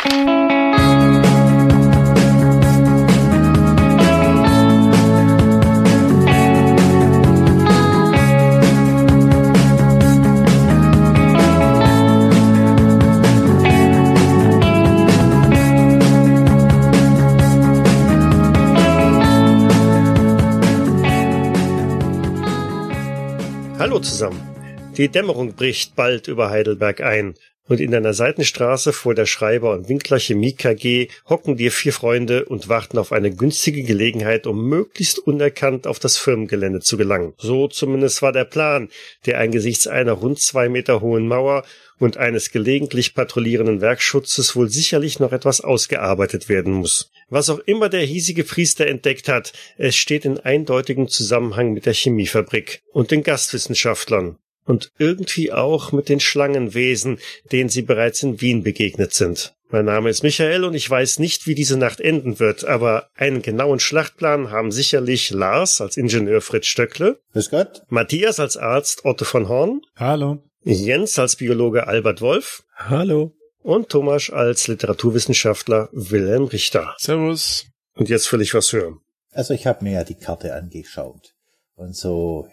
Hallo zusammen. Die Dämmerung bricht bald über Heidelberg ein und in einer Seitenstraße vor der Schreiber- und Winkler Chemie KG hocken die 4 Freunde und warten auf eine günstige Gelegenheit, um möglichst unerkannt auf das Firmengelände zu gelangen. So zumindest war der Plan, der angesichts einer rund 2 Meter hohen Mauer und eines gelegentlich patrouillierenden Werkschutzes wohl sicherlich noch etwas ausgearbeitet werden muss. Was auch immer der hiesige Priester entdeckt hat, es steht in eindeutigem Zusammenhang mit der Chemiefabrik und den Gastwissenschaftlern und irgendwie auch mit den Schlangenwesen, denen sie bereits in Wien begegnet sind. Mein Name ist Michael und ich weiß nicht, wie diese Nacht enden wird, aber einen genauen Schlachtplan haben sicherlich Lars als Ingenieur Fritz Stöckle, Grüß Gott, Matthias als Arzt Otto von Horn, Hallo. Jens als Biologe Albert Wolf, Hallo. und Thomas als Literaturwissenschaftler Wilhelm Richter. Servus. Und jetzt will ich was hören. also ich habe mir ja die Karte angeschaut und so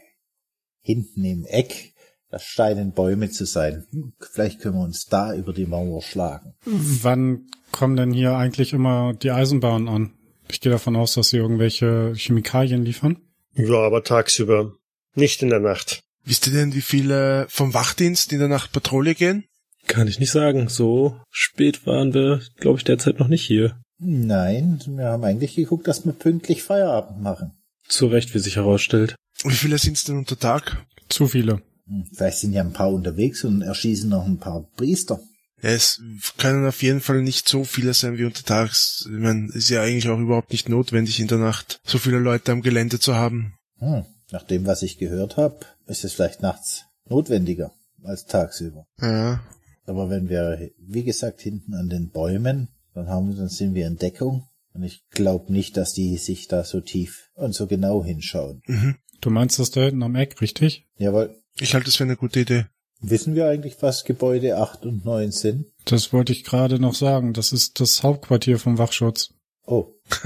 hinten im Eck, da scheinen Bäume zu sein. Vielleicht können wir uns da über die Mauer schlagen. Wann kommen denn hier eigentlich immer die Eisenbahnen an? Ich gehe davon aus, dass sie irgendwelche Chemikalien liefern. Ja, aber tagsüber, nicht in der Nacht. Wisst ihr denn, wie viele vom Wachdienst in der Nacht Patrouille gehen? Kann ich nicht sagen. So spät waren wir, glaube ich, derzeit noch nicht hier. Nein, wir haben eigentlich geguckt, dass wir pünktlich Feierabend machen. Zu Recht, wie sich herausstellt. Wie viele sind's denn unter Tag? Zu viele. Vielleicht sind ja ein paar unterwegs und erschießen noch ein paar Priester. Ja, es können auf jeden Fall nicht so viele sein wie untertags. Ich meine, es ist ja eigentlich auch überhaupt nicht notwendig, in der Nacht so viele Leute am Gelände zu haben. Nach dem, was ich gehört habe, ist es vielleicht nachts notwendiger als tagsüber. Ja. Aber wenn wir, wie gesagt, hinten an den Bäumen, dann sind wir in Deckung. Und ich glaube nicht, dass die sich da so tief und so genau hinschauen. Mhm. Du meinst das da hinten am Eck, richtig? Jawohl. Ich halte das für eine gute Idee. Wissen wir eigentlich, was Gebäude 8 und 9 sind? Das wollte ich gerade noch sagen. Das ist das Hauptquartier vom Wachschutz. Oh.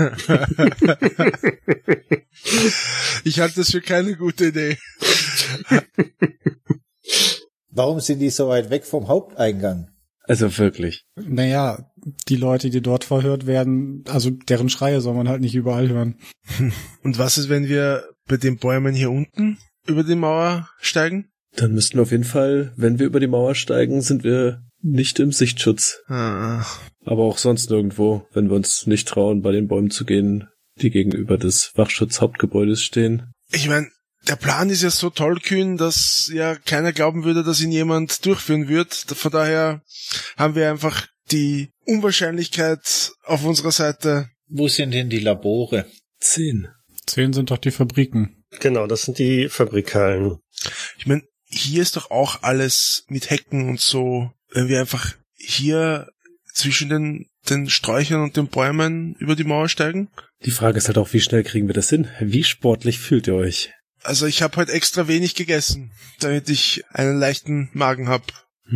Ich halte das für keine gute Idee. Warum sind die so weit weg vom Haupteingang? Also wirklich. Naja, die Leute, die dort verhört werden, also deren Schreie soll man halt nicht überall hören. Und was ist, wenn wir bei den Bäumen hier unten über die Mauer steigen? Dann müssten wir auf jeden Fall, wenn wir über die Mauer steigen, sind wir nicht im Sichtschutz. Ah. Aber auch sonst nirgendwo, wenn wir uns nicht trauen, bei den Bäumen zu gehen, die gegenüber des Wachschutzhauptgebäudes stehen. Ich meine, der Plan ist ja so tollkühn, dass ja keiner glauben würde, dass ihn jemand durchführen wird. Von daher haben wir einfach die Unwahrscheinlichkeit auf unserer Seite. Wo sind denn die Labore? 10. 10 sind doch die Fabriken. Genau, das sind die Fabrikhallen. Ich meine, hier ist doch auch alles mit Hecken und so. Wenn wir einfach hier zwischen den Sträuchern und den Bäumen über die Mauer steigen. Die Frage ist halt auch, wie schnell kriegen wir das hin? Wie sportlich fühlt ihr euch? Also ich habe heute extra wenig gegessen, damit ich einen leichten Magen hab.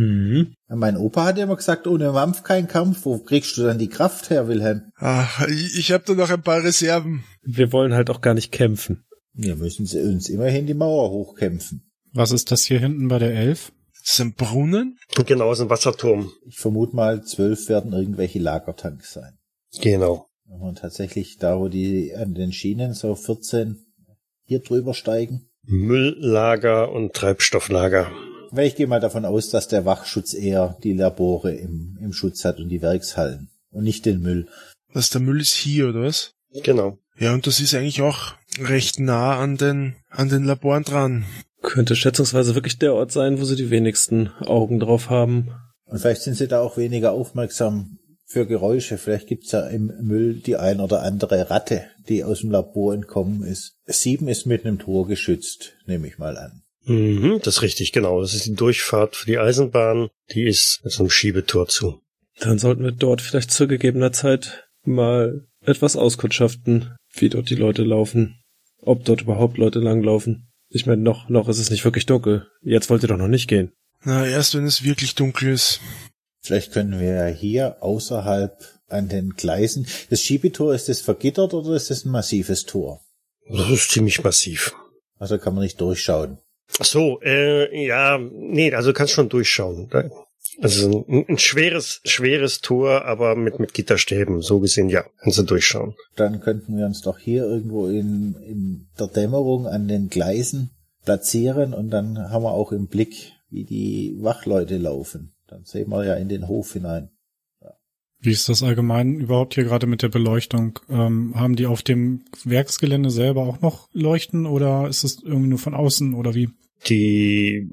Mein Opa hat ja immer gesagt, ohne Mampf kein Kampf. Wo kriegst du dann die Kraft her, Wilhelm? Ich habe da noch ein paar Reserven. Wir wollen halt auch gar nicht kämpfen. Wir müssen uns immerhin die Mauer hochkämpfen. Was ist das hier hinten bei der 11? Das ist ein Brunnen? Genau, das ist ein Wasserturm. Ich vermute mal, 12 werden irgendwelche Lagertanks sein. Genau. Wenn wir tatsächlich da, wo die an den Schienen so 14 hier drüber steigen. Mülllager und Treibstofflager. Weil ich gehe mal davon aus, dass der Wachschutz eher die Labore im Schutz hat und die Werkshallen und nicht den Müll. Der Müll ist hier, oder was? Genau. Ja, und das ist eigentlich auch recht nah an den Laboren dran. Könnte schätzungsweise wirklich der Ort sein, wo sie die wenigsten Augen drauf haben. Und vielleicht sind sie da auch weniger aufmerksam für Geräusche. Vielleicht gibt's ja im Müll die ein oder andere Ratte, die aus dem Labor entkommen ist. 7 ist mit einem Tor geschützt, nehme ich mal an. Das ist richtig, genau. Das ist die Durchfahrt für die Eisenbahn. Die ist mit so einem Schiebetor zu. Dann sollten wir dort vielleicht zu gegebener Zeit mal etwas auskundschaften, wie dort die Leute laufen. Ob dort überhaupt Leute langlaufen. Ich meine, noch ist es nicht wirklich dunkel. Jetzt wollt ihr doch noch nicht gehen. Na, erst wenn es wirklich dunkel ist. Vielleicht können wir ja hier außerhalb an den Gleisen. Das Schiebetor, ist das vergittert oder ist das ein massives Tor? Das ist ziemlich massiv. Also kann man nicht durchschauen. Ach so, ja, nee, also kannst schon durchschauen. Also ein schweres Tor, aber mit Gitterstäben. So gesehen, ja, kannst du durchschauen. Dann könnten wir uns doch hier irgendwo in der Dämmerung an den Gleisen platzieren und dann haben wir auch im Blick, wie die Wachleute laufen. Dann sehen wir ja in den Hof hinein. Ja. Wie ist das allgemein überhaupt hier gerade mit der Beleuchtung? Haben die auf dem Werksgelände selber auch noch Leuchten oder ist es irgendwie nur von außen oder wie? Die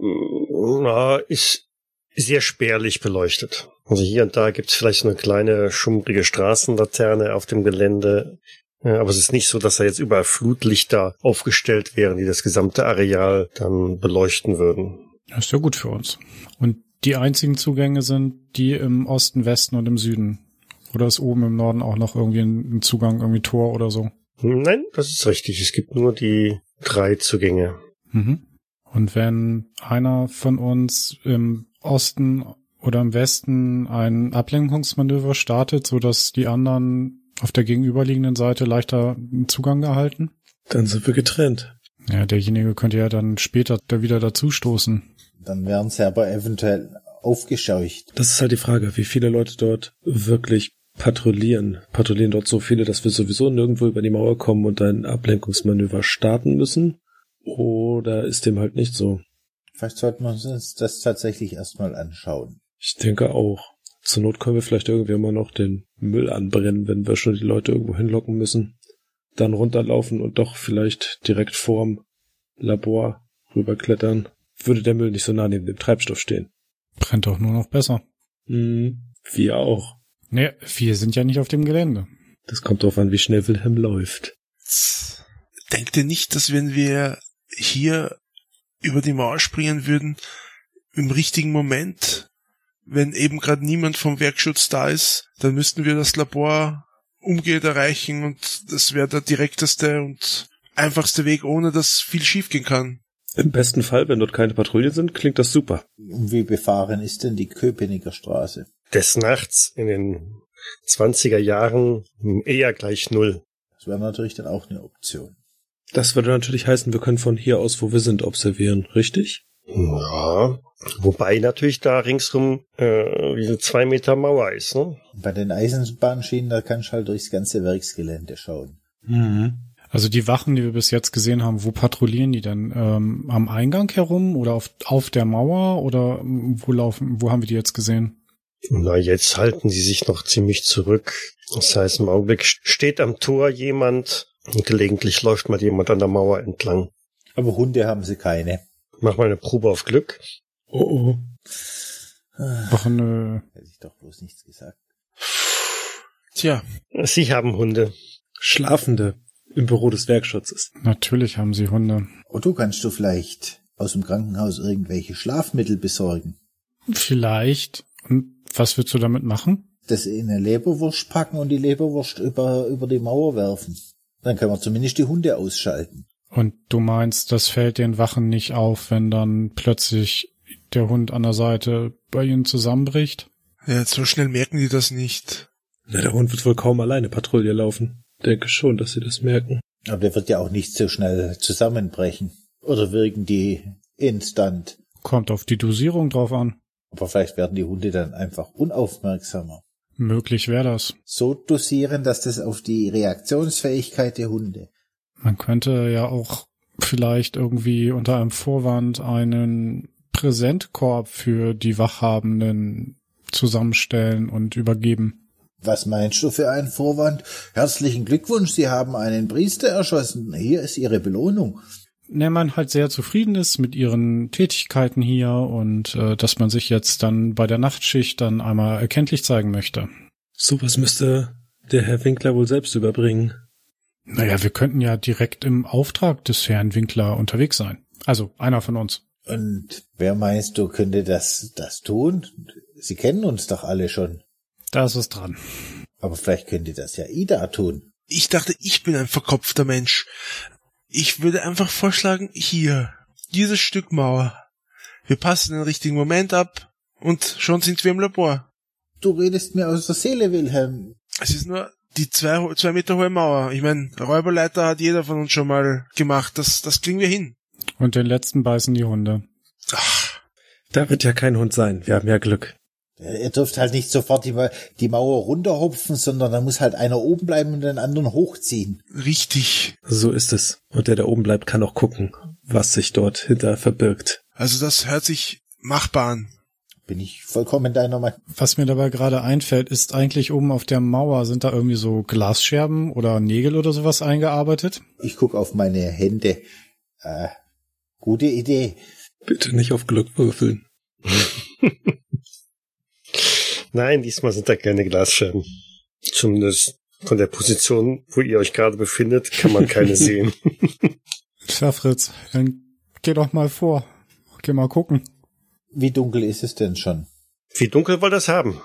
ist sehr spärlich beleuchtet. Also hier und da gibt's vielleicht so eine kleine schummrige Straßenlaterne auf dem Gelände. Aber es ist nicht so, dass da jetzt überall Flutlichter aufgestellt wären, die das gesamte Areal dann beleuchten würden. Das ist ja gut für uns. Und die einzigen Zugänge sind die im Osten, Westen und im Süden. Oder ist oben im Norden auch noch irgendwie ein Zugang, irgendwie Tor oder so? Nein, das ist richtig. Es gibt nur die 3 Zugänge. Mhm. Und wenn einer von uns im Osten oder im Westen ein Ablenkungsmanöver startet, sodass die anderen auf der gegenüberliegenden Seite leichter einen Zugang erhalten? Dann sind wir getrennt. Ja, derjenige könnte ja dann später da wieder dazustoßen. Dann wären sie aber eventuell aufgescheucht. Das ist halt die Frage, wie viele Leute dort wirklich patrouillieren. Patrouillieren dort so viele, dass wir sowieso nirgendwo über die Mauer kommen und ein Ablenkungsmanöver starten müssen? Oder ist dem halt nicht so? Vielleicht sollten wir uns das tatsächlich erstmal anschauen. Ich denke auch. Zur Not können wir vielleicht irgendwie immer noch den Müll anbrennen, wenn wir schon die Leute irgendwo hinlocken müssen. Dann runterlaufen und doch vielleicht direkt vorm Labor rüberklettern. Würde der Müll nicht so nah neben dem Treibstoff stehen. Brennt doch nur noch besser. Wir auch. Nee, wir sind ja nicht auf dem Gelände. Das kommt drauf an, wie schnell Wilhelm läuft. Denkt ihr nicht, dass wenn wir hier über die Mauer springen würden, im richtigen Moment, wenn eben gerade niemand vom Werkschutz da ist, dann müssten wir das Labor umgehend erreichen und das wäre der direkteste und einfachste Weg, ohne dass viel schiefgehen kann. Im besten Fall, wenn dort keine Patrouillen sind, klingt das super. Und wie befahren ist denn die Köpenicker Straße? Des Nachts in den 20er Jahren eher gleich 0. Das wäre natürlich dann auch eine Option. Das würde natürlich heißen, wir können von hier aus, wo wir sind, observieren, richtig? Ja, wobei natürlich da ringsrum diese 2 Meter Mauer ist, ne? Bei den Eisenbahnschienen, da kannst du halt durchs ganze Werksgelände schauen. Mhm. Also die Wachen, die wir bis jetzt gesehen haben, wo patrouillieren die denn? Am Eingang herum oder auf der Mauer oder wo haben wir die jetzt gesehen? Na, jetzt halten sie sich noch ziemlich zurück. Das heißt, im Augenblick steht am Tor jemand und gelegentlich läuft mal jemand an der Mauer entlang. Aber Hunde haben sie keine. Mach mal eine Probe auf Glück. Oh. Ach, nö. Hätte ich doch bloß nichts gesagt. Tja, Sie haben Hunde. Schlafende im Büro des Werkschutzes. Natürlich haben sie Hunde. Otto, kannst du vielleicht aus dem Krankenhaus irgendwelche Schlafmittel besorgen? Vielleicht. Und was willst du damit machen? Das in eine Leberwurst packen und die Leberwurst über die Mauer werfen. Dann können wir zumindest die Hunde ausschalten. Und du meinst, das fällt den Wachen nicht auf, wenn dann plötzlich der Hund an der Seite bei ihnen zusammenbricht? ja, so schnell merken die das nicht. Na, der Hund wird wohl kaum alleine Patrouille laufen. Denke schon, dass sie das merken. Aber der wird ja auch nicht so schnell zusammenbrechen. Oder wirken die instant. Kommt auf die Dosierung drauf an. Aber vielleicht werden die Hunde dann einfach unaufmerksamer. Möglich wäre das. So dosieren, dass das auf die Reaktionsfähigkeit der Hunde. Man könnte ja auch vielleicht irgendwie unter einem Vorwand einen Präsentkorb für die Wachhabenden zusammenstellen und übergeben. Was meinst du für einen Vorwand? Herzlichen Glückwunsch, Sie haben einen Priester erschossen. Hier ist Ihre Belohnung. Wenn man halt sehr zufrieden ist mit ihren Tätigkeiten hier und dass man sich jetzt dann bei der Nachtschicht dann einmal erkenntlich zeigen möchte. Sowas müsste der Herr Winkler wohl selbst überbringen. Naja, wir könnten ja direkt im Auftrag des Herrn Winkler unterwegs sein. Also einer von uns. Und wer meinst du, könnte das tun? Sie kennen uns doch alle schon. Da ist es dran. Aber vielleicht könnte das ja Ida tun. Ich dachte, ich bin ein verkopfter Mensch. Ich würde einfach vorschlagen, hier, dieses Stück Mauer. Wir passen den richtigen Moment ab und schon sind wir im Labor. Du redest mir aus der Seele, Wilhelm. Es ist nur die 2 Meter hohe Mauer. Ich meine, Räuberleiter hat jeder von uns schon mal gemacht. Das kriegen wir hin. Und den letzten beißen die Hunde. Ach, Da wird ja kein Hund sein. Wir haben ja Glück. Ihr dürft halt nicht sofort die Mauer runterhupfen, sondern da muss halt einer oben bleiben und den anderen hochziehen. richtig. So ist es. Und der da oben bleibt, kann auch gucken, was sich dort hinter verbirgt. Also das hört sich machbar an. Bin ich vollkommen deiner Meinung. Was mir dabei gerade einfällt, ist eigentlich oben auf der Mauer, sind da irgendwie so Glasscherben oder Nägel oder sowas eingearbeitet? Ich guck auf meine Hände. Gute Idee. Bitte nicht auf Glück würfeln. Nein, diesmal sind da keine Glasscherben. Zumindest von der Position, wo ihr euch gerade befindet, kann man keine sehen. Tja, Fritz, dann geh doch mal vor. Geh mal gucken. Wie dunkel ist es denn schon? Wie dunkel wollt ihr das haben?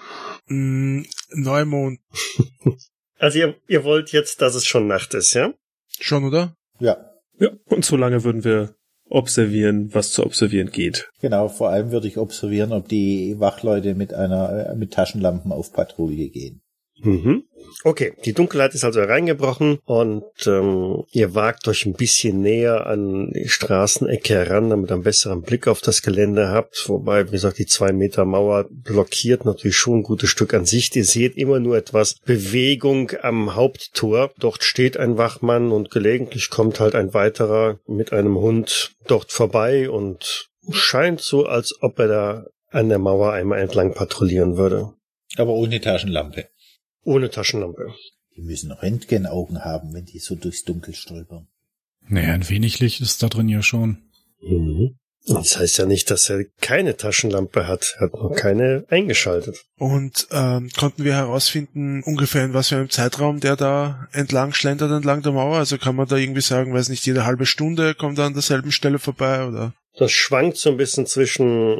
Neumond. Also ihr wollt jetzt, dass es schon Nacht ist, ja? Schon, oder? Ja, Ja, und so lange würden wir observieren, was zu observieren geht. genau. Vor allem würde ich observieren, ob die Wachleute mit Taschenlampen auf Patrouille gehen. Mhm. Okay, die Dunkelheit ist also hereingebrochen und ihr wagt euch ein bisschen näher an die Straßenecke heran, damit ihr einen besseren Blick auf das Gelände habt. Wobei, wie gesagt, die 2 Meter Mauer blockiert natürlich schon ein gutes Stück an Sicht. Ihr seht immer nur etwas Bewegung am Haupttor. Dort steht ein Wachmann und gelegentlich kommt halt ein weiterer mit einem Hund dort vorbei und scheint so, als ob er da an der Mauer einmal entlang patrouillieren würde. Aber ohne Taschenlampe. Ohne Taschenlampe. Die müssen Röntgenaugen haben, wenn die so durchs Dunkel stolpern. Naja, ein wenig Licht ist da drin ja schon. Mhm. Das heißt ja nicht, dass er keine Taschenlampe hat. Er hat noch keine eingeschaltet. Und konnten wir herausfinden, ungefähr in was für einem Zeitraum der da entlang schlendert, entlang der Mauer? Also kann man da irgendwie sagen, weiß nicht, jede halbe Stunde kommt er an derselben Stelle vorbei, oder? Das schwankt so ein bisschen zwischen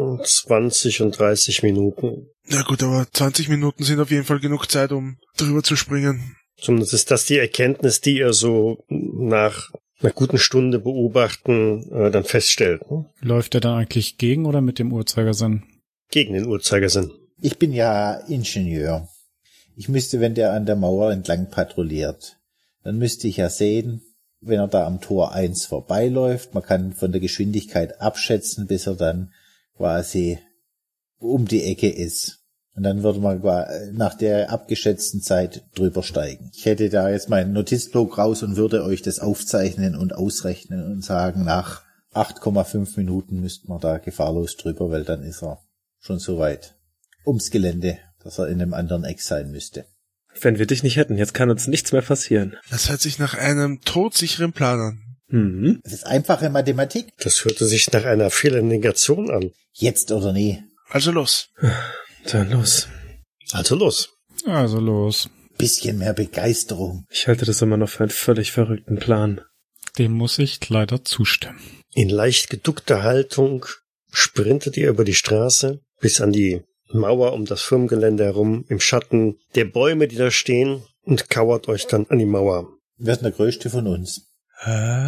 20 und 30 Minuten. Ja gut, aber 20 Minuten sind auf jeden Fall genug Zeit, um drüber zu springen. Zumindest ist das die Erkenntnis, die ihr so nach einer guten Stunde beobachten dann feststellt. Ne? Läuft er dann eigentlich gegen oder mit dem Uhrzeigersinn? Gegen den Uhrzeigersinn. Ich bin ja Ingenieur. Ich müsste, wenn der an der Mauer entlang patrouilliert, dann müsste ich ja sehen, wenn er da am Tor 1 vorbeiläuft. Man kann von der Geschwindigkeit abschätzen, bis er dann quasi um die Ecke ist. Und dann würde man nach der abgeschätzten Zeit drüber steigen. Ich hätte da jetzt meinen Notizblock raus und würde euch das aufzeichnen und ausrechnen und sagen, nach 8,5 Minuten müsste man da gefahrlos drüber, weil dann ist er schon so weit ums Gelände, dass er in einem anderen Eck sein müsste. Wenn wir dich nicht hätten, jetzt kann uns nichts mehr passieren. Das hört sich nach einem todsicheren Plan an. Mhm. Das ist einfache Mathematik. Das hörte sich nach einer Fehlernegation an. Jetzt oder nie. Also los. Dann los. Also los. Also los. Bisschen mehr Begeisterung. Ich halte das immer noch für einen völlig verrückten Plan. Dem muss ich leider zustimmen. In leicht geduckter Haltung sprintet ihr über die Straße bis an die Mauer um das Firmengelände herum, im Schatten der Bäume, die da stehen, und kauert euch dann an die Mauer. Wer ist der Größte von uns? Ich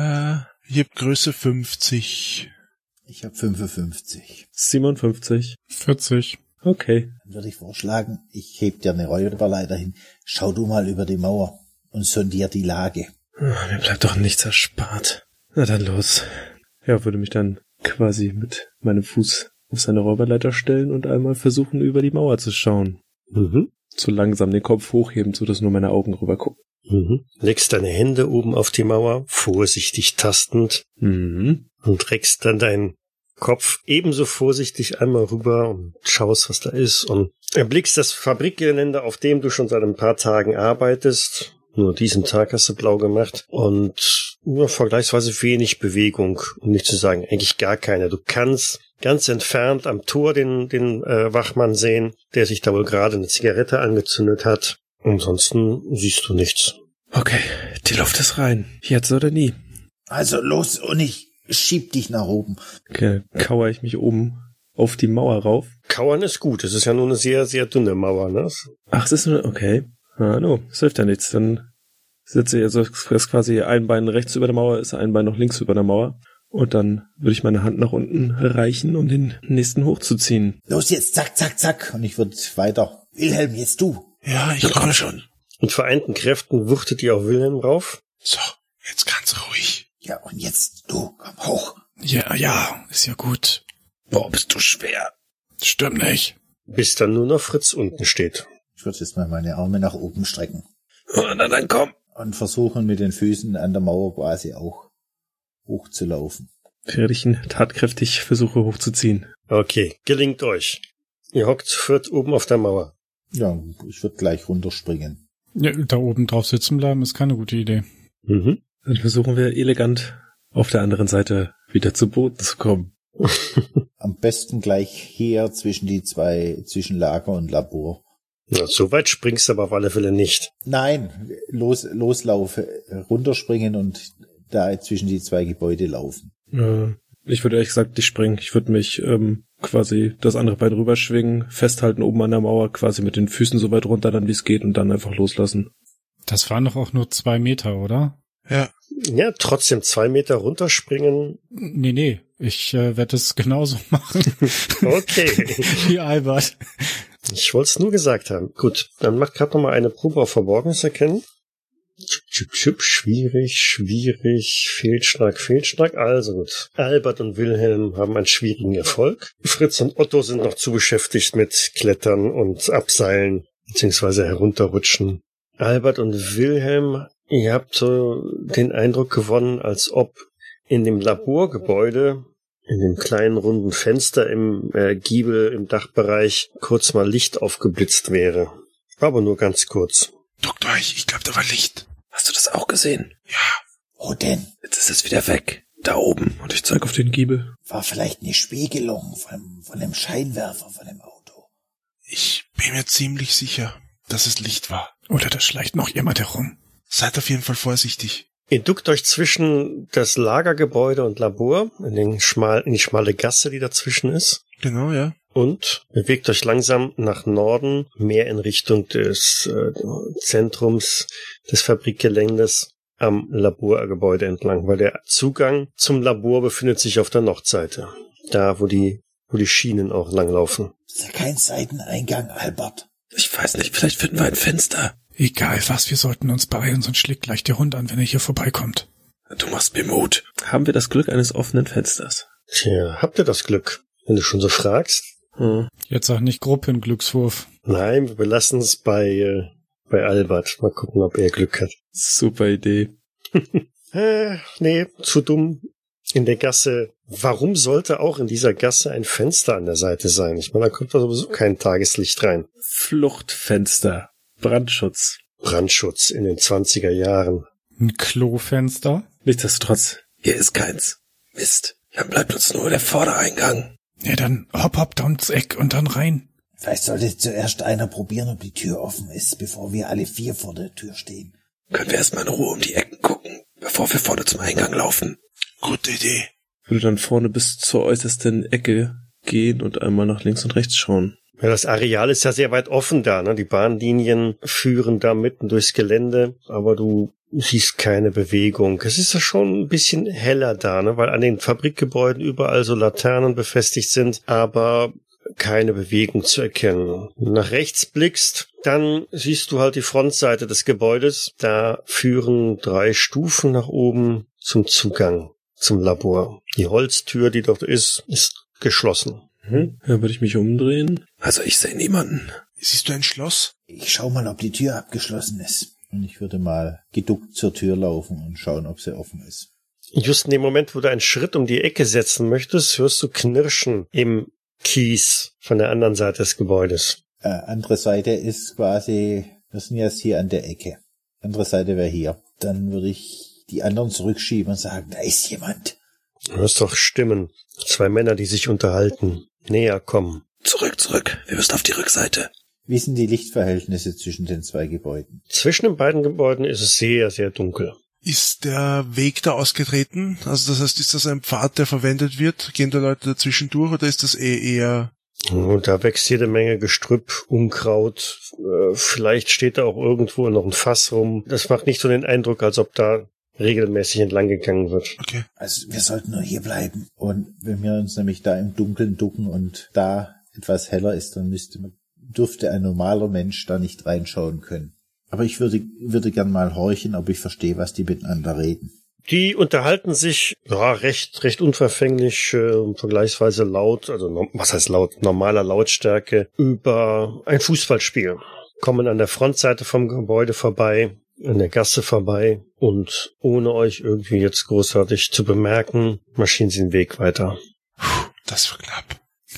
hab Größe 50. Ich habe 55. 57. 40. Okay. Dann würde ich vorschlagen, ich heb dir eine Räuberleiter hin. Schau du mal über die Mauer und sondier die Lage. Mir bleibt doch nichts erspart. Na dann los. Ja, würde mich dann quasi mit meinem Fuß auf seine Räuberleiter stellen und einmal versuchen, über die Mauer zu schauen. Mhm. So langsam den Kopf hochheben, sodass nur meine Augen rüber gucken. Mhm. Legst deine Hände oben auf die Mauer, vorsichtig tastend, Mhm. und reckst dann deinen Kopf ebenso vorsichtig einmal rüber und schaust, was da ist, und erblickst das Fabrikgelände, auf dem du schon seit ein paar Tagen arbeitest. Nur diesen Tag hast du blau gemacht und nur vergleichsweise wenig Bewegung, um nicht zu sagen eigentlich gar keine. Du kannst ganz entfernt am Tor den Wachmann sehen, der sich da wohl gerade eine Zigarette angezündet hat. Ansonsten siehst du nichts. Okay, die Luft ist rein. Jetzt oder nie. Also los und ich schieb dich nach oben. Okay, kauere ich mich oben auf die Mauer rauf. Kauern ist gut. Es ist ja nur eine sehr, sehr dünne Mauer, ne? Ach, es ist nur, okay. Ah, no, das hilft ja nichts. Dann sitze ich, also es ist quasi ein Bein rechts über der Mauer, ist ein Bein noch links über der Mauer. Und dann würde ich meine Hand nach unten reichen, um den nächsten hochzuziehen. Los jetzt, zack, zack, zack. Und ich würde weiter. Wilhelm, jetzt du. Ja, ich komme schon. Mit vereinten Kräften wuchtet ihr auf Wilhelm rauf. So, jetzt ganz ruhig. Ja, und jetzt du, komm hoch. Ja, ist ja gut. Boah, bist du schwer. Stimmt nicht. Bis dann nur noch Fritz unten steht. Ich würde jetzt mal meine Arme nach oben strecken. Oh, na dann komm. Und versuchen mit den Füßen an der Mauer quasi auch hochzulaufen. Während ich ihn tatkräftig versuche hochzuziehen. Okay, gelingt euch. Ihr hockt zu viert oben auf der Mauer. Ja, ich würde gleich runterspringen. Ja, da oben drauf sitzen bleiben ist keine gute Idee. Mhm. Dann versuchen wir elegant auf der anderen Seite wieder zu Boden zu kommen. Am besten gleich hier zwischen Lager und Labor. Ja, so weit springst du aber auf alle Fälle nicht. Nein, loslaufe, runterspringen und da zwischen die zwei Gebäude laufen. Ich würde ehrlich gesagt nicht springen. Ich würde mich quasi das andere Bein rüberschwingen, festhalten oben an der Mauer, quasi mit den Füßen so weit runter, dann wie es geht und dann einfach loslassen. Das waren doch auch nur 2 Meter, oder? Ja. Ja, trotzdem 2 Meter runterspringen. Nee. Ich werde es genauso machen. Okay. Wie Albert. Ich wollte es nur gesagt haben. Gut, dann macht gerade noch mal eine Probe auf Verborgenes erkennen. Schwierig. Fehlschlag. Also gut. Albert und Wilhelm haben einen schwierigen Erfolg. Fritz und Otto sind noch zu beschäftigt mit Klettern und Abseilen, beziehungsweise herunterrutschen. Albert und Wilhelm, ihr habt so den Eindruck gewonnen, als ob in dem Laborgebäude, in dem kleinen runden Fenster im Giebel im Dachbereich, kurz mal Licht aufgeblitzt wäre. Aber nur ganz kurz. Doktor, ich glaube, da war Licht. Hast du das auch gesehen? Ja. Wo denn? Jetzt ist es wieder weg. Da oben. Und ich zeige auf den Giebel. War vielleicht eine Spiegelung von dem Scheinwerfer von dem Auto. Ich bin mir ziemlich sicher, dass es Licht war. Oder da schleicht noch jemand herum. Seid auf jeden Fall vorsichtig. Ihr duckt euch zwischen das Lagergebäude und Labor, in die schmale Gasse, die dazwischen ist. Genau, ja. Und bewegt euch langsam nach Norden, mehr in Richtung des Zentrums des Fabrikgeländes am Laborgebäude entlang, weil der Zugang zum Labor befindet sich auf der Nordseite. Da, wo die Schienen auch langlaufen. Ist ja kein Seiteneingang, Albert. Ich weiß nicht, vielleicht finden wir ein Fenster. Egal was, wir sollten uns beeilen, sonst schlägt gleich der Hund an, wenn er hier vorbeikommt. Du machst mir Mut. Haben wir das Glück eines offenen Fensters? Tja, habt ihr das Glück? Wenn du schon so fragst. Jetzt sag nicht Gruppenglückswurf. Nein, wir belassen es bei Albert. Mal gucken, ob er Glück hat. Super Idee. Nee, zu dumm. In der Gasse. Warum sollte auch in dieser Gasse ein Fenster an der Seite sein? Ich meine, da kommt da sowieso kein Tageslicht rein. Fluchtfenster. Brandschutz. Brandschutz in den 20er Jahren. Ein Klofenster? Nichtsdestotrotz, hier ist keins. Mist. Dann bleibt uns nur der Vordereingang. Ja, dann hopp da ums Eck und dann rein. Vielleicht sollte zuerst einer probieren, ob die Tür offen ist, bevor wir alle 4 vor der Tür stehen. Können wir erstmal in Ruhe um die Ecken gucken, bevor wir vorne zum Eingang laufen. Gute Idee. Ich würde dann vorne bis zur äußersten Ecke gehen und einmal nach links und rechts schauen. Ja, das Areal ist ja sehr weit offen da, ne? Die Bahnlinien führen da mitten durchs Gelände, aber du siehst keine Bewegung. Es ist ja schon ein bisschen heller da, ne? Weil an den Fabrikgebäuden überall so Laternen befestigt sind, aber keine Bewegung zu erkennen. Wenn du nach rechts blickst, dann siehst du halt die Frontseite des Gebäudes. Da führen 3 Stufen nach oben zum Zugang zum Labor. Die Holztür, die dort ist geschlossen. Ja, würde ich mich umdrehen. Also ich sehe niemanden. Siehst du ein Schloss? Ich schau mal, ob die Tür abgeschlossen ist. Und ich würde mal geduckt zur Tür laufen und schauen, ob sie offen ist. Just in dem Moment, wo du einen Schritt um die Ecke setzen möchtest, hörst du Knirschen im Kies von der anderen Seite des Gebäudes. Andere Seite ist quasi, wir sind jetzt hier an der Ecke. Andere Seite wäre hier. Dann würde ich die anderen zurückschieben und sagen, da ist jemand. Du hörst doch Stimmen. 2 Männer, die sich unterhalten. Näher kommen. Zurück. Wir müssen auf die Rückseite. Wie sind die Lichtverhältnisse zwischen den 2 Gebäuden? Zwischen den beiden Gebäuden ist es sehr, sehr dunkel. Ist der Weg da ausgetreten? Also das heißt, ist das ein Pfad, der verwendet wird? Gehen da Leute dazwischen durch oder ist das eher... Und da wächst jede Menge Gestrüpp, Unkraut. Vielleicht steht da auch irgendwo noch ein Fass rum. Das macht nicht so den Eindruck, als ob da regelmäßig entlang gegangen wird. Okay. Also wir sollten nur hier bleiben. Und wenn wir uns nämlich da im Dunkeln ducken und da etwas heller ist, dann dürfte ein normaler Mensch da nicht reinschauen können. Aber ich würde gern mal horchen, ob ich verstehe, was die miteinander reden. Die unterhalten sich recht unverfänglich, vergleichsweise laut, also was heißt laut, normaler Lautstärke, über ein Fußballspiel. Kommen an der Frontseite vom Gebäude vorbei, an der Gasse vorbei und ohne euch irgendwie jetzt großartig zu bemerken, marschieren sie den Weg weiter. Das war knapp.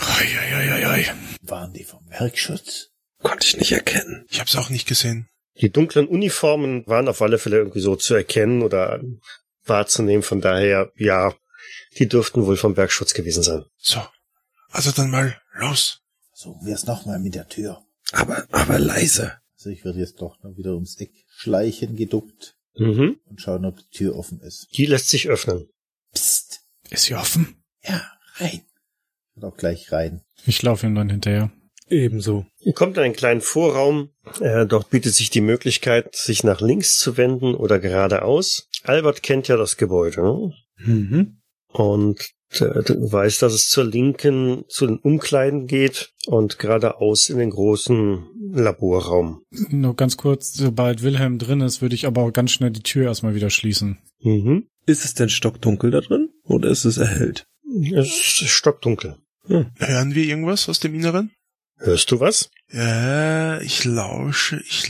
Waren die vom Werkschutz? Konnte ich nicht erkennen. Ich hab's auch nicht gesehen. Die dunklen Uniformen waren auf alle Fälle irgendwie so zu erkennen oder wahrzunehmen. Von daher, ja, die dürften wohl vom Werkschutz gewesen sein. So, also dann mal los. Suchen wir es nochmal mit der Tür. Aber leise. Also ich würde jetzt doch noch wieder ums Eck schleichen, geduckt, Mhm. und schauen, ob die Tür offen ist. Die lässt sich öffnen. Psst. Ist sie offen? Ja, rein. Und auch gleich rein. Ich laufe ihm dann hinterher. Ebenso. Ihr kommt in einen kleinen Vorraum. Dort bietet sich die Möglichkeit, sich nach links zu wenden oder geradeaus. Albert kennt ja das Gebäude, ne? Mhm. Und weiß, dass es zur Linken zu den Umkleiden geht und geradeaus in den großen Laborraum. Nur ganz kurz, sobald Wilhelm drin ist, würde ich aber auch ganz schnell die Tür erstmal wieder schließen. Mhm. Ist es denn stockdunkel da drin? Oder ist es erhellt? Es ist stockdunkel. Hören wir irgendwas aus dem Inneren? Hörst du was? Ja, ich lausche, ich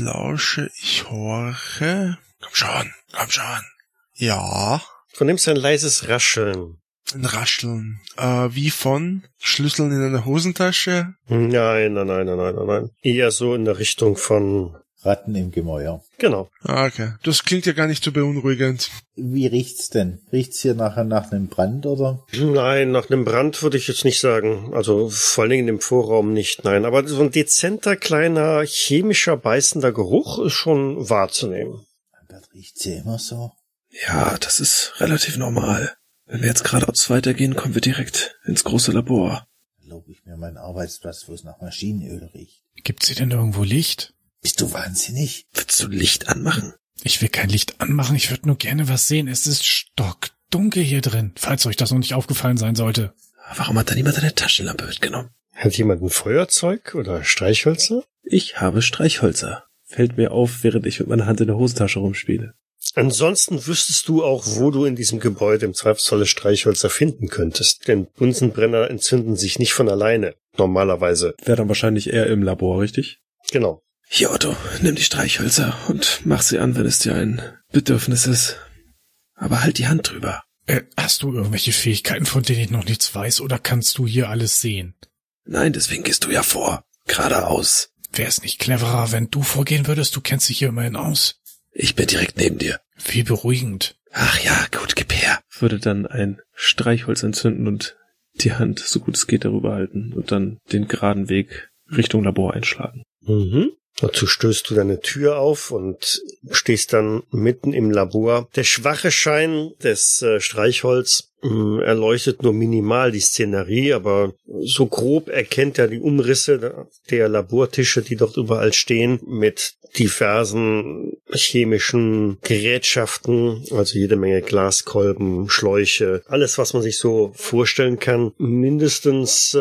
horche. Komm schon. Ja, Du nimmst ein leises Rascheln. ein Rascheln. Wie von Schlüsseln in einer Hosentasche? Nein. Eher so in der Richtung von... Ratten im Gemäuer. Genau. Okay, das klingt ja gar nicht so beunruhigend. Wie riecht's denn? Riecht's hier nachher nach einem Brand, oder? Nein, nach einem Brand würde ich jetzt nicht sagen. Also vor allen Dingen im Vorraum nicht, nein. Aber so ein dezenter, kleiner, chemischer, beißender Geruch ist schon wahrzunehmen. Das riecht's ja immer so. Ja, das ist relativ normal. Wenn wir jetzt geradeaus weitergehen, kommen wir direkt ins große Labor. Dann lobe ich mir meinen Arbeitsplatz, wo es nach Maschinenöl riecht. Gibt's hier denn irgendwo Licht? Bist du wahnsinnig? Willst du Licht anmachen? Ich will kein Licht anmachen, ich würde nur gerne was sehen. Es ist stockdunkel hier drin, falls euch das noch nicht aufgefallen sein sollte. Warum hat da niemand eine Taschenlampe mitgenommen? Hat jemand ein Feuerzeug oder Streichhölzer? Ich habe Streichhölzer. Fällt mir auf, während ich mit meiner Hand in der Hosentasche rumspiele. Ansonsten wüsstest du auch, wo du in diesem Gebäude im Zweifelsfalle Streichhölzer finden könntest. Denn Bunsenbrenner entzünden sich nicht von alleine, normalerweise. Wäre dann wahrscheinlich eher im Labor, richtig? Genau. Hier, Otto, nimm die Streichhölzer und mach sie an, wenn es dir ein Bedürfnis ist. Aber halt die Hand drüber. Hast du irgendwelche Fähigkeiten, von denen ich noch nichts weiß, oder kannst du hier alles sehen? Nein, deswegen gehst du ja vor. Geradeaus. Wäre es nicht cleverer, wenn du vorgehen würdest? Du kennst dich hier immerhin aus. Ich bin direkt neben dir. Wie beruhigend. Ach ja, gut, gib her. Würde dann ein Streichholz entzünden und die Hand, so gut es geht, darüber halten und dann den geraden Weg Richtung Labor einschlagen. Mhm. Dazu stößt du deine Tür auf und stehst dann mitten im Labor. Der schwache Schein des Streichholz erleuchtet nur minimal die Szenerie, aber so grob erkennt er die Umrisse der Labortische, die dort überall stehen, mit diversen chemischen Gerätschaften, also jede Menge Glaskolben, Schläuche, alles, was man sich so vorstellen kann. Mindestens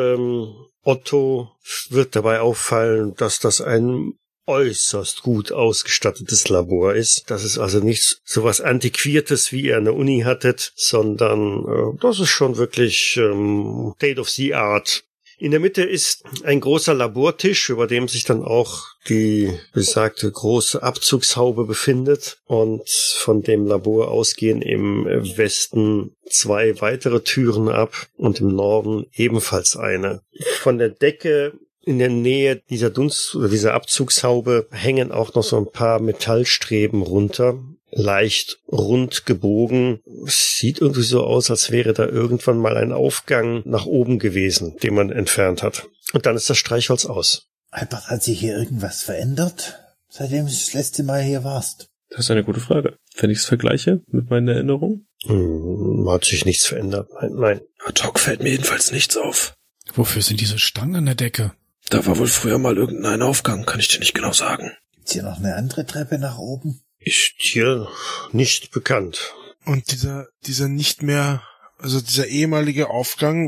Otto wird dabei auffallen, dass das ein äußerst gut ausgestattetes Labor ist. Das ist also nicht sowas Antiquiertes, wie ihr an der Uni hattet, sondern das ist schon wirklich State of the Art. In der Mitte ist ein großer Labortisch, über dem sich dann auch die besagte große Abzugshaube befindet. Und von dem Labor aus gehen im Westen 2 weitere Türen ab und im Norden ebenfalls eine. Von der Decke in der Nähe dieser dieser Abzugshaube hängen auch noch so ein paar Metallstreben runter. Leicht rund gebogen. Es sieht irgendwie so aus, als wäre da irgendwann mal ein Aufgang nach oben gewesen, den man entfernt hat. Und dann ist das Streichholz aus. Albert, hat sich hier irgendwas verändert, seitdem du das letzte Mal hier warst? Das ist eine gute Frage. Wenn ich es vergleiche mit meinen Erinnerungen? Hat sich nichts verändert. Nein. Ad hoc fällt mir jedenfalls nichts auf. Wofür sind diese Stangen an der Decke? Da war wohl früher mal irgendein Aufgang, kann ich dir nicht genau sagen. Gibt's hier noch eine andere Treppe nach oben? Ist dir nicht bekannt. Und dieser nicht mehr, also dieser ehemalige Aufgang,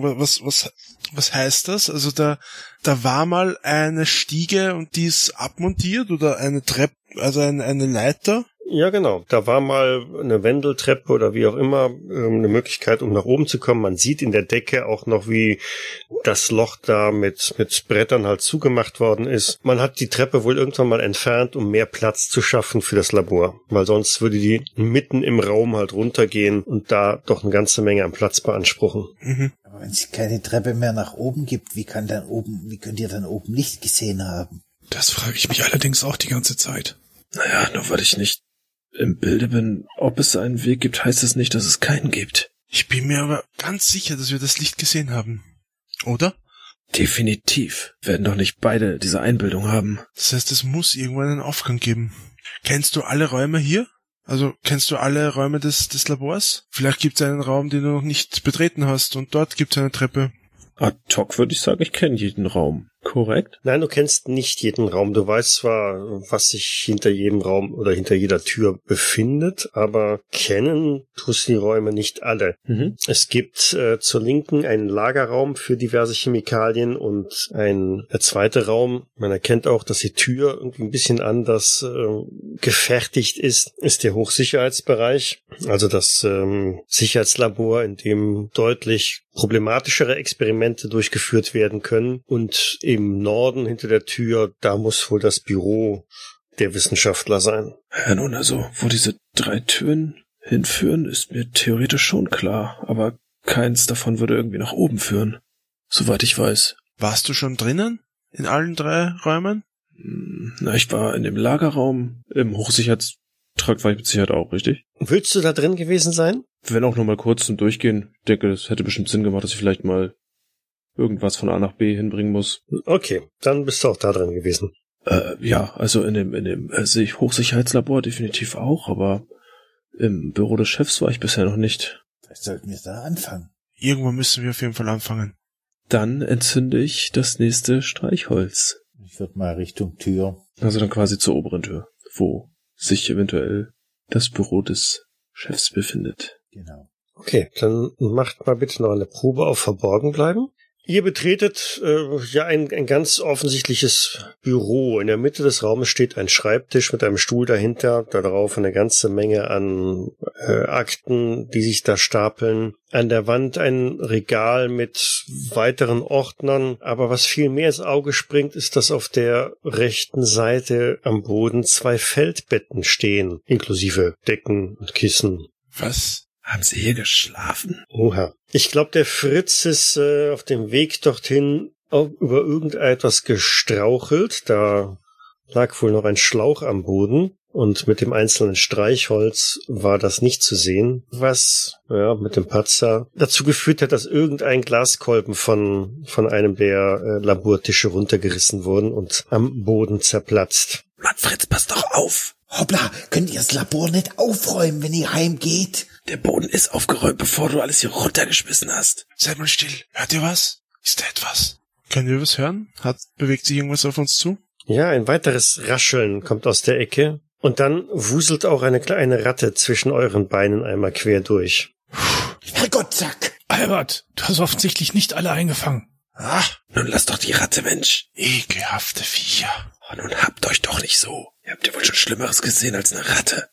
was heißt das? Also da war mal eine Stiege und die ist abmontiert oder eine Treppe, also eine Leiter? Ja, genau. Da war mal eine Wendeltreppe oder wie auch immer eine Möglichkeit, um nach oben zu kommen. Man sieht in der Decke auch noch, wie das Loch da mit Brettern halt zugemacht worden ist. Man hat die Treppe wohl irgendwann mal entfernt, um mehr Platz zu schaffen für das Labor. Weil sonst würde die mitten im Raum halt runtergehen und da doch eine ganze Menge an Platz beanspruchen. Mhm. Aber wenn es keine Treppe mehr nach oben gibt, wie könnt ihr dann oben Licht gesehen haben? Das frage ich mich allerdings auch die ganze Zeit. Naja, nur weil ich nicht im Bilde bin, ob es einen Weg gibt, heißt es nicht, dass es keinen gibt. Ich bin mir aber ganz sicher, dass wir das Licht gesehen haben. Oder? Definitiv. Werden doch nicht beide diese Einbildung haben. Das heißt, es muss irgendwann einen Aufgang geben. Kennst du alle Räume hier? Also, kennst du alle Räume des Labors? Vielleicht gibt es einen Raum, den du noch nicht betreten hast und dort gibt es eine Treppe. Ad hoc würde ich sagen, ich kenne jeden Raum. Korrekt? Nein, du kennst nicht jeden Raum. Du weißt zwar, was sich hinter jedem Raum oder hinter jeder Tür befindet, aber kennen tust die Räume nicht alle. Mhm. Es gibt zur Linken einen Lagerraum für diverse Chemikalien und ein zweiter Raum. Man erkennt auch, dass die Tür irgendwie ein bisschen anders gefertigt ist der Hochsicherheitsbereich. Also das Sicherheitslabor, in dem deutlich problematischere Experimente durchgeführt werden können. Und im Norden hinter der Tür, da muss wohl das Büro der Wissenschaftler sein. Ja, nun also, wo diese 3 Türen hinführen, ist mir theoretisch schon klar, aber keins davon würde irgendwie nach oben führen, soweit ich weiß. Warst du schon drinnen? In allen 3 Räumen? Na, ich war in dem Lagerraum, im Hochsicherheitstrakt war ich mit Sicherheit auch, richtig? Willst du da drin gewesen sein? Wenn auch nur mal kurz zum Durchgehen. Ich denke, es hätte bestimmt Sinn gemacht, dass ich vielleicht mal irgendwas von A nach B hinbringen muss. Okay, dann bist du auch da drin gewesen. Ja, also in dem Hochsicherheitslabor definitiv auch, aber im Büro des Chefs war ich bisher noch nicht. Vielleicht sollten wir da anfangen. Irgendwo müssen wir auf jeden Fall anfangen. Dann entzünde ich das nächste Streichholz. Ich würde mal Richtung Tür. Also dann quasi zur oberen Tür, wo sich eventuell das Büro des Chefs befindet. Genau. Okay, dann macht mal bitte noch eine Probe auf Verborgen bleiben. Ihr betretet ein ganz offensichtliches Büro. In der Mitte des Raumes steht ein Schreibtisch mit einem Stuhl dahinter, darauf eine ganze Menge an Akten, die sich da stapeln. An der Wand ein Regal mit weiteren Ordnern. Aber was viel mehr ins Auge springt, ist, dass auf der rechten Seite am Boden 2 Feldbetten stehen, inklusive Decken und Kissen. Was? Haben Sie hier geschlafen? Oha. Ich glaube, der Fritz ist auf dem Weg dorthin über irgendetwas gestrauchelt. Da lag wohl noch ein Schlauch am Boden und mit dem einzelnen Streichholz war das nicht zu sehen, was mit dem Patzer dazu geführt hat, dass irgendein Glaskolben von einem der Labortische runtergerissen wurden und am Boden zerplatzt. Mann, Fritz, pass doch auf! Hoppla, könnt ihr das Labor nicht aufräumen, wenn ihr heimgeht? Der Boden ist aufgeräumt, bevor du alles hier runtergeschmissen hast. Seid mal still. Hört ihr was? Ist da etwas? Können wir was hören? Bewegt sich irgendwas auf uns zu? Ja, ein weiteres Rascheln kommt aus der Ecke. Und dann wuselt auch eine kleine Ratte zwischen euren Beinen einmal quer durch. Herrgott, Zack! Albert, du hast offensichtlich nicht alle eingefangen. Ach, Nun lass doch die Ratte, Mensch. ekelhafte Viecher. Oh, nun habt euch doch nicht so. Ihr habt ja wohl schon Schlimmeres gesehen als eine Ratte.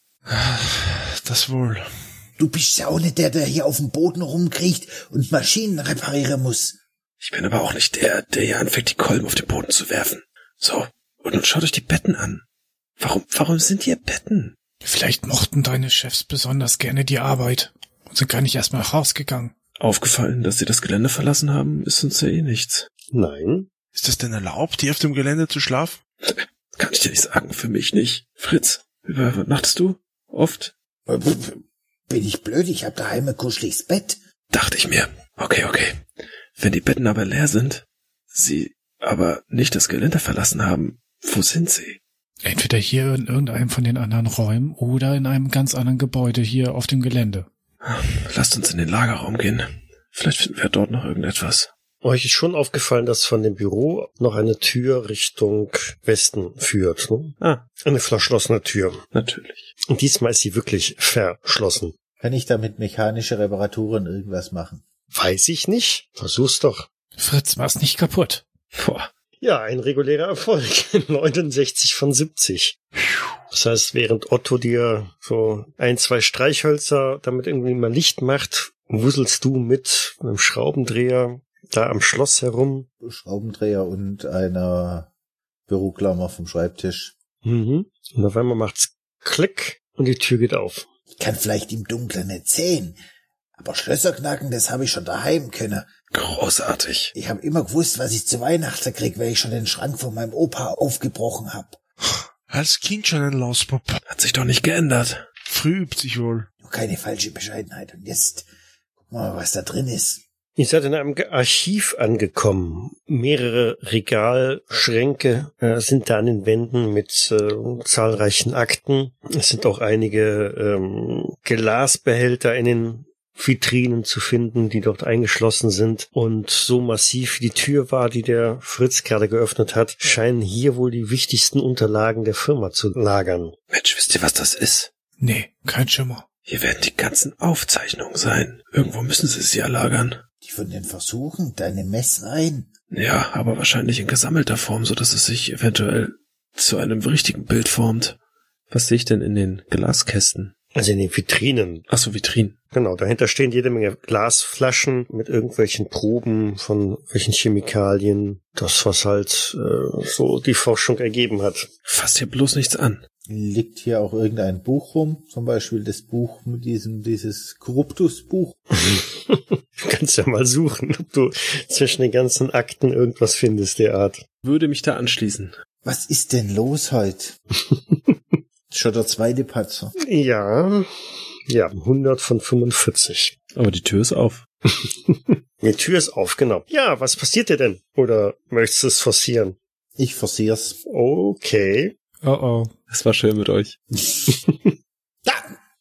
Das wohl. Du bist ja auch nicht der hier auf dem Boden rumkriecht und Maschinen reparieren muss. Ich bin aber auch nicht der hier anfängt, die Kolben auf den Boden zu werfen. So, und nun schaut euch die Betten an. Warum sind hier Betten? Vielleicht mochten deine Chefs besonders gerne die Arbeit und sind gar nicht erst mal rausgegangen. Aufgefallen, dass sie das Gelände verlassen haben, ist uns ja eh nichts. Nein. Ist das denn erlaubt, hier auf dem Gelände zu schlafen? Kann ich dir nicht sagen, für mich nicht. Fritz, übernachtest du? Oft? Bin ich blöd, ich hab daheim ein kuscheliges Bett. Dachte ich mir. Okay. Wenn die Betten aber leer sind, sie aber nicht das Gelände verlassen haben, wo sind sie? Entweder hier in irgendeinem von den anderen Räumen oder in einem ganz anderen Gebäude hier auf dem Gelände. Lasst uns in den Lagerraum gehen. Vielleicht finden wir dort noch irgendetwas. Euch ist schon aufgefallen, dass von dem Büro noch eine Tür Richtung Westen führt. Ne? Ah, Eine verschlossene Tür. natürlich. Und diesmal ist sie wirklich verschlossen. Kann ich damit mechanische Reparaturen irgendwas machen? Weiß ich nicht. Versuch's doch. Fritz, war's nicht kaputt. Boah. Ja, ein regulärer Erfolg. 69 von 70. Das heißt, während Otto dir so 1, 2 Streichhölzer damit irgendwie mal Licht macht, wuselst du mit einem Schraubendreher da am Schloss herum. Schraubendreher und einer Büroklammer vom Schreibtisch. Und auf einmal macht's Klick und die Tür geht auf. Ich kann vielleicht im Dunkeln nicht sehen, aber Schlösser knacken, das habe ich schon daheim können. Großartig. Ich habe immer gewusst, was ich zu Weihnachten krieg, weil ich schon den Schrank von meinem Opa aufgebrochen hab. Als Kind schon ein Lausbub. Hat sich doch nicht geändert. Früh übt sich wohl. Nur keine falsche Bescheidenheit. Und jetzt gucken wir mal, was da drin ist. Ihr seid in einem Archiv angekommen. Mehrere Regalschränke sind da an den Wänden mit zahlreichen Akten. Es sind auch einige Glasbehälter in den Vitrinen zu finden, die dort eingeschlossen sind. Und so massiv wie die Tür war, die der Fritz gerade geöffnet hat, scheinen hier wohl die wichtigsten Unterlagen der Firma zu lagern. Mensch, wisst ihr, was das ist? Nee, kein Schimmer. Hier werden die ganzen Aufzeichnungen sein. Irgendwo müssen sie es ja lagern. Die von den Versuchen, deine Messreihen. Ja, aber wahrscheinlich in gesammelter Form, so dass es sich eventuell zu einem richtigen Bild formt. Was sehe ich denn in den Glaskästen? Also in den Vitrinen. Ach so, Vitrinen. Genau, dahinter stehen jede Menge Glasflaschen mit irgendwelchen Proben von welchen Chemikalien. Das, was halt so die Forschung ergeben hat. Fasst hier bloß nichts an. Liegt hier auch irgendein Buch rum? Zum Beispiel das Buch mit dieses Corruptus-Buch. Du kannst ja mal suchen, ob du zwischen den ganzen Akten irgendwas findest, der Art. Würde mich da anschließen. Was ist denn los heute? Schon der zweite Patzer. Ja, 100 von 45. Aber die Tür ist auf. Die Tür ist auf, genau. Ja, was passiert dir denn? Oder möchtest du es forcieren? Ich forcier's. Okay. Oh oh. Es war schön mit euch. Da!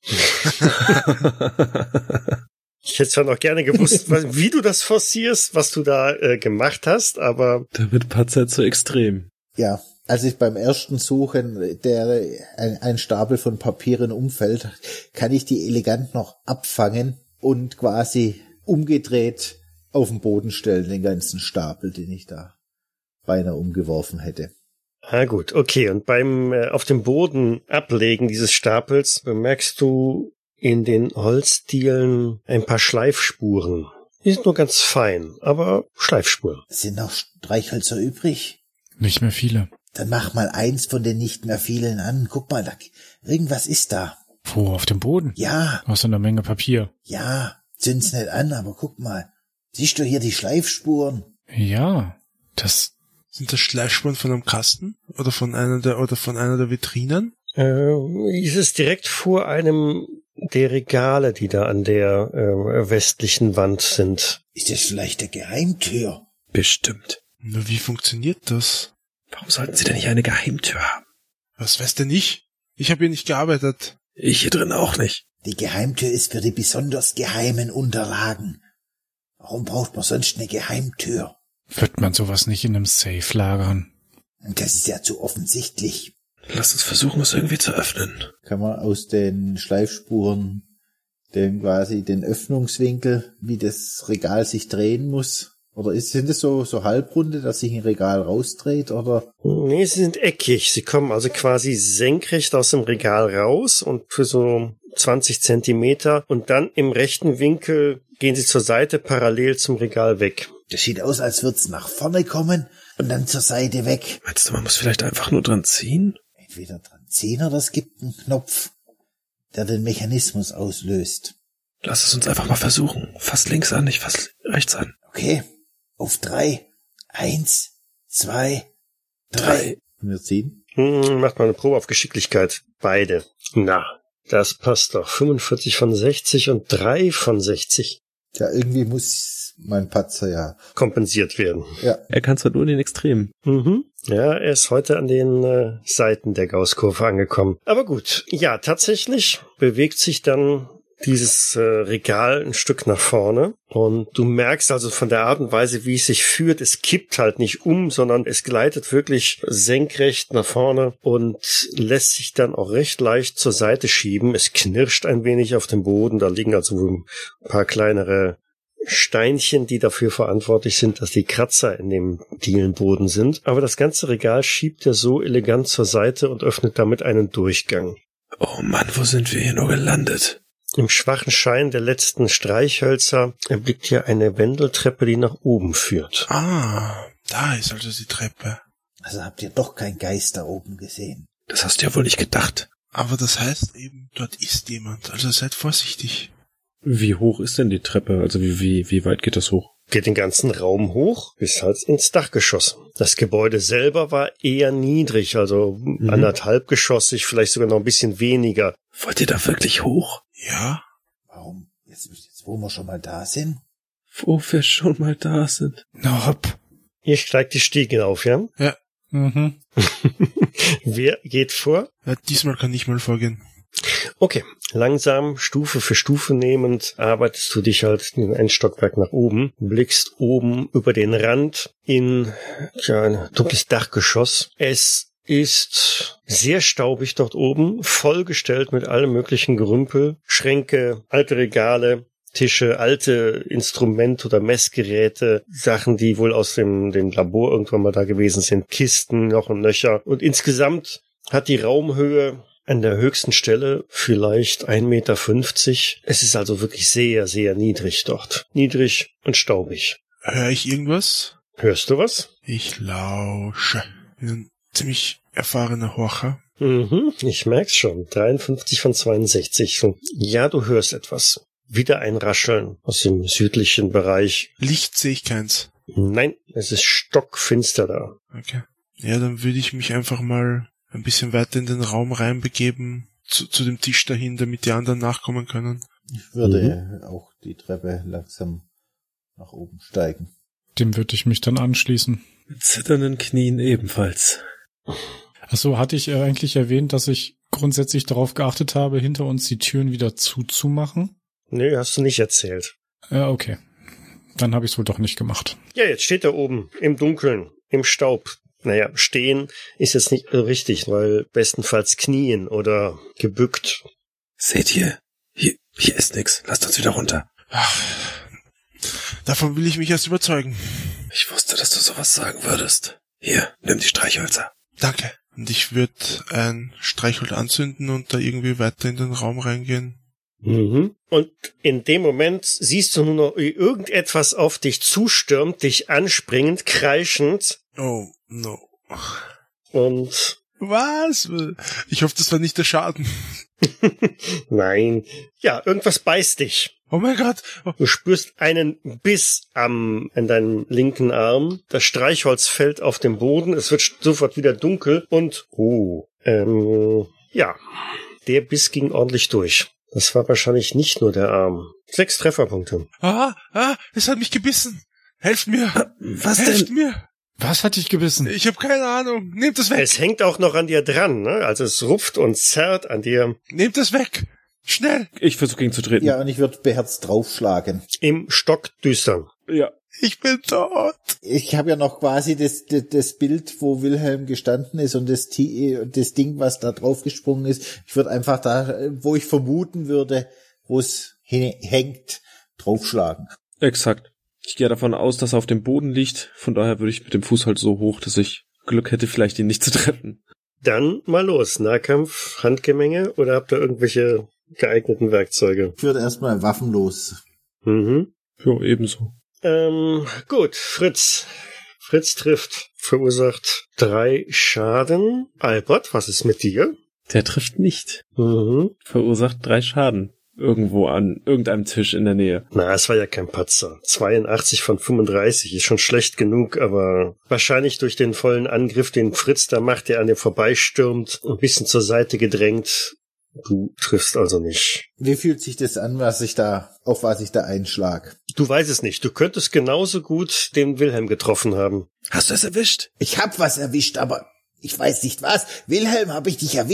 Ich hätte zwar noch gerne gewusst, wie du das forcierst, was du da gemacht hast, aber... Da wird Patzer zu extrem. Ja, als ich beim ersten Suchen ein Stapel von Papieren umfällt, kann ich die elegant noch abfangen und quasi umgedreht auf den Boden stellen, den ganzen Stapel, den ich da beinahe umgeworfen hätte. Ah gut, okay. Und beim auf dem Boden ablegen dieses Stapels bemerkst du in den Holzdielen ein paar Schleifspuren. Die sind nur ganz fein, aber Schleifspuren. Sind noch Streichhölzer übrig? Nicht mehr viele. Dann mach mal eins von den nicht mehr vielen an. Guck mal, da, irgendwas ist da. Wo, auf dem Boden? Ja, Aus einer Menge Papier. ja, zünd's nicht an, aber guck mal. Siehst du hier die Schleifspuren? Ja, das... Sind das Schleifspuren von einem Kasten? Oder von einer der Vitrinen? Es ist direkt vor einem der Regale, die da an der westlichen Wand sind. Ist das vielleicht eine Geheimtür? Bestimmt. Nur wie funktioniert das? Warum sollten sie denn nicht eine Geheimtür haben? Was weiß denn ich? Ich habe hier nicht gearbeitet. Ich hier drin auch nicht. Die Geheimtür ist für die besonders geheimen Unterlagen. Warum braucht man sonst eine Geheimtür? Wird man sowas nicht in einem Safe lagern? Das ist ja zu offensichtlich. Lass uns versuchen, es irgendwie zu öffnen. Kann man aus den Schleifspuren quasi den Öffnungswinkel, wie das Regal sich drehen muss? Oder sind es so Halbrunde, dass sich ein Regal rausdreht, oder? Nee, sie sind eckig. Sie kommen also quasi senkrecht aus dem Regal raus und für so 20 Zentimeter und dann im rechten Winkel gehen sie zur Seite parallel zum Regal weg. Das sieht aus, als würd's nach vorne kommen und dann zur Seite weg. Meinst du, man muss vielleicht einfach nur dran ziehen? Entweder dran ziehen oder es gibt einen Knopf, der den Mechanismus auslöst. Lass es uns einfach mal versuchen. Fass links an, ich fass rechts an. Okay, auf 3. 1, 2, 3. Wir ziehen. Macht mal eine Probe auf Geschicklichkeit. Beide. Na, das passt doch. 45 von 60 und 3 von 60 Ja, irgendwie muss mein Patzer ja. kompensiert werden. Ja, Er kann zwar nur in den Extremen. Ja, er ist heute an den Seiten der Gaußkurve angekommen. Aber gut, ja, tatsächlich bewegt sich dann dieses Regal ein Stück nach vorne und du merkst also von der Art und Weise, wie es sich führt, es kippt halt nicht um, sondern es gleitet wirklich senkrecht nach vorne und lässt sich dann auch recht leicht zur Seite schieben. Es knirscht ein wenig auf dem Boden, da liegen also ein paar kleinere Steinchen, die dafür verantwortlich sind, dass die Kratzer in dem Dielenboden sind. Aber das ganze Regal schiebt er so elegant zur Seite und öffnet damit einen Durchgang. Oh Mann, wo sind wir hier nur gelandet? Im schwachen Schein der letzten Streichhölzer erblickt hier eine Wendeltreppe, die nach oben führt. Ah, da ist also die Treppe. Also habt ihr doch keinen Geist da oben gesehen. Das hast du ja wohl nicht gedacht. Aber das heißt eben, dort ist jemand, also seid vorsichtig. Wie hoch ist denn die Treppe? Also wie weit geht das hoch? Geht den ganzen Raum hoch bis halt ins Dachgeschoss. Das Gebäude selber war eher niedrig, also 1,5 geschossig, vielleicht sogar noch ein bisschen weniger. Wollt ihr da wirklich hoch? Ja? Warum? Jetzt wo wir schon mal da sind? Wo wir schon mal da sind. Hopp. Ihr steigt die Stiegen auf, ja? Ja. Mhm. Wer geht vor? Ja, diesmal kann ich mal vorgehen. Okay, langsam, Stufe für Stufe nehmend, arbeitest du dich halt in ein Stockwerk nach oben, blickst oben über den Rand in ein dunkles Dachgeschoss. Es ist sehr staubig dort oben, vollgestellt mit allem möglichen Gerümpel, Schränke, alte Regale, Tische, alte Instrumente oder Messgeräte, Sachen, die wohl aus dem Labor irgendwann mal da gewesen sind, Kisten, noch und nöcher. Und insgesamt hat die Raumhöhe an der höchsten Stelle vielleicht 1,50 Meter. Es ist also wirklich sehr, sehr niedrig dort. Niedrig und staubig. Höre ich irgendwas? Hörst du was? Ich lausche. Bin ein ziemlich erfahrener Horcher. Ich merk's schon. 53 von 62. Ja, du hörst etwas. Wieder ein Rascheln aus dem südlichen Bereich. Licht sehe ich keins. Nein, es ist stockfinster da. Okay. Ja, dann würde ich mich einfach mal ein bisschen weiter in den Raum reinbegeben, zu dem Tisch dahin, damit die anderen nachkommen können. Ich würde auch die Treppe langsam nach oben steigen. Dem würde ich mich dann anschließen. Mit zitternden Knien ebenfalls. Achso, hatte ich eigentlich erwähnt, dass ich grundsätzlich darauf geachtet habe, hinter uns die Türen wieder zuzumachen? Nö, hast du nicht erzählt. Okay. Dann habe ich es wohl doch nicht gemacht. Ja, jetzt steht er oben, im Dunkeln, im Staub. Naja, stehen ist jetzt nicht richtig, weil bestenfalls knien oder gebückt. Seht ihr? Hier ist nix. Lasst uns wieder runter. Ach, davon will ich mich erst überzeugen. Ich wusste, dass du sowas sagen würdest. Hier, nimm die Streichhölzer. Danke. Und ich würde ein Streichholz anzünden und da irgendwie weiter in den Raum reingehen. Und in dem Moment siehst du nur noch, wie irgendetwas auf dich zustürmt, dich anspringend, kreischend. Oh, no. Und was? Ich hoffe, das war nicht der Schaden. nein. Ja, irgendwas beißt dich. Oh mein Gott. Oh. Du spürst einen Biss in deinem linken Arm. Das Streichholz fällt auf den Boden. Es wird sofort wieder dunkel und ja, der Biss ging ordentlich durch. Das war wahrscheinlich nicht nur der Arm. 6 Trefferpunkte. Es hat mich gebissen. Helft mir. Was Helft denn? mir. Was hat dich gebissen? Ich habe keine Ahnung. Nehmt es weg. Es hängt auch noch an dir dran, ne? Also es rupft und zerrt an dir. Nehmt es weg. Schnell. Ich versuche ihn zu treten. Ja, und ich würde beherzt draufschlagen. Im Stockdüstern. Ja. Ich bin tot. Ich habe ja noch quasi das Bild, wo Wilhelm gestanden ist und das Ding, was da draufgesprungen ist. Ich würde einfach da, wo ich vermuten würde, wo es hängt, draufschlagen. Exakt. Ich gehe davon aus, dass er auf dem Boden liegt. Von daher würde ich mit dem Fuß halt so hoch, dass ich Glück hätte, vielleicht ihn nicht zu treffen. Dann mal los. Nahkampf, Handgemenge oder habt ihr irgendwelche geeigneten Werkzeuge? Ich würde erstmal waffenlos. Ja, ebenso. Gut, Fritz. Fritz trifft, verursacht 3 Schaden. Albert, was ist mit dir? Der trifft nicht. Verursacht 3 Schaden. Irgendwo an irgendeinem Tisch in der Nähe. Na, es war ja kein Patzer. 82 von 35 ist schon schlecht genug, aber wahrscheinlich durch den vollen Angriff, den Fritz da macht, der an dir vorbeistürmt, ein bisschen zur Seite gedrängt. Du triffst also nicht. Wie fühlt sich das an, auf was ich da einschlag? Du weißt es nicht. Du könntest genauso gut den Wilhelm getroffen haben. Hast du es erwischt? Ich hab was erwischt, aber ich weiß nicht was. Wilhelm, hab ich dich erwischt?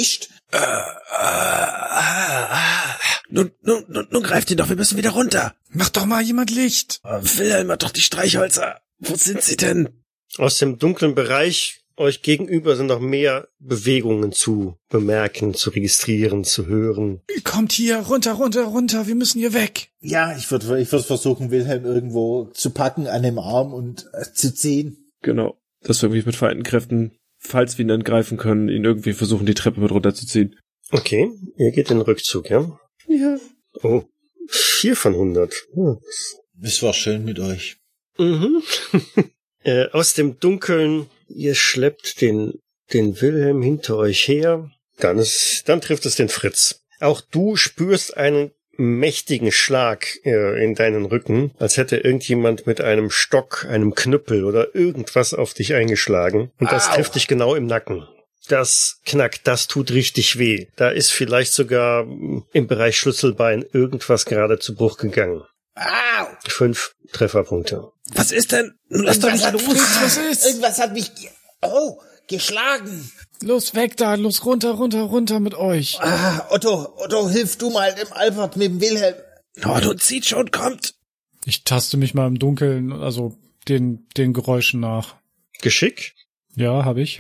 Nun greift ihn doch, wir müssen wieder runter. Mach doch mal jemand Licht. Wilhelm hat doch die Streichhölzer. Wo sind sie denn? Aus dem dunklen Bereich euch gegenüber sind noch mehr Bewegungen zu bemerken, zu registrieren, zu hören. Kommt hier, runter, wir müssen hier weg. Ja, ich würde versuchen, Wilhelm irgendwo zu packen an dem Arm und zu ziehen. Genau, dass wir irgendwie mit vereinten Kräften, falls wir ihn angreifen können, ihn irgendwie versuchen, die Treppe mit runterzuziehen. Okay, ihr geht in den Rückzug, ja? Ja. Oh, 4 von 100. Hm. Es war schön mit euch. Mhm. Aus dem Dunkeln, ihr schleppt den Wilhelm hinter euch her. Dann trifft es den Fritz. Auch du spürst einen mächtigen Schlag in deinen Rücken, als hätte irgendjemand mit einem Stock, einem Knüppel oder irgendwas auf dich eingeschlagen. Und das trifft dich genau im Nacken. Das knackt, das tut richtig weh. Da ist vielleicht sogar im Bereich Schlüsselbein irgendwas gerade zu Bruch gegangen. 5 Trefferpunkte. Was ist denn? Lass doch nicht los. Fritz, was ist? Irgendwas hat mich geschlagen. Los, weg da, los, runter mit euch. Otto, hilf du mal dem Albert mit dem Wilhelm. Otto zieht schon, kommt. Ich taste mich mal im Dunkeln, also den Geräuschen nach. Geschick? Ja, habe ich.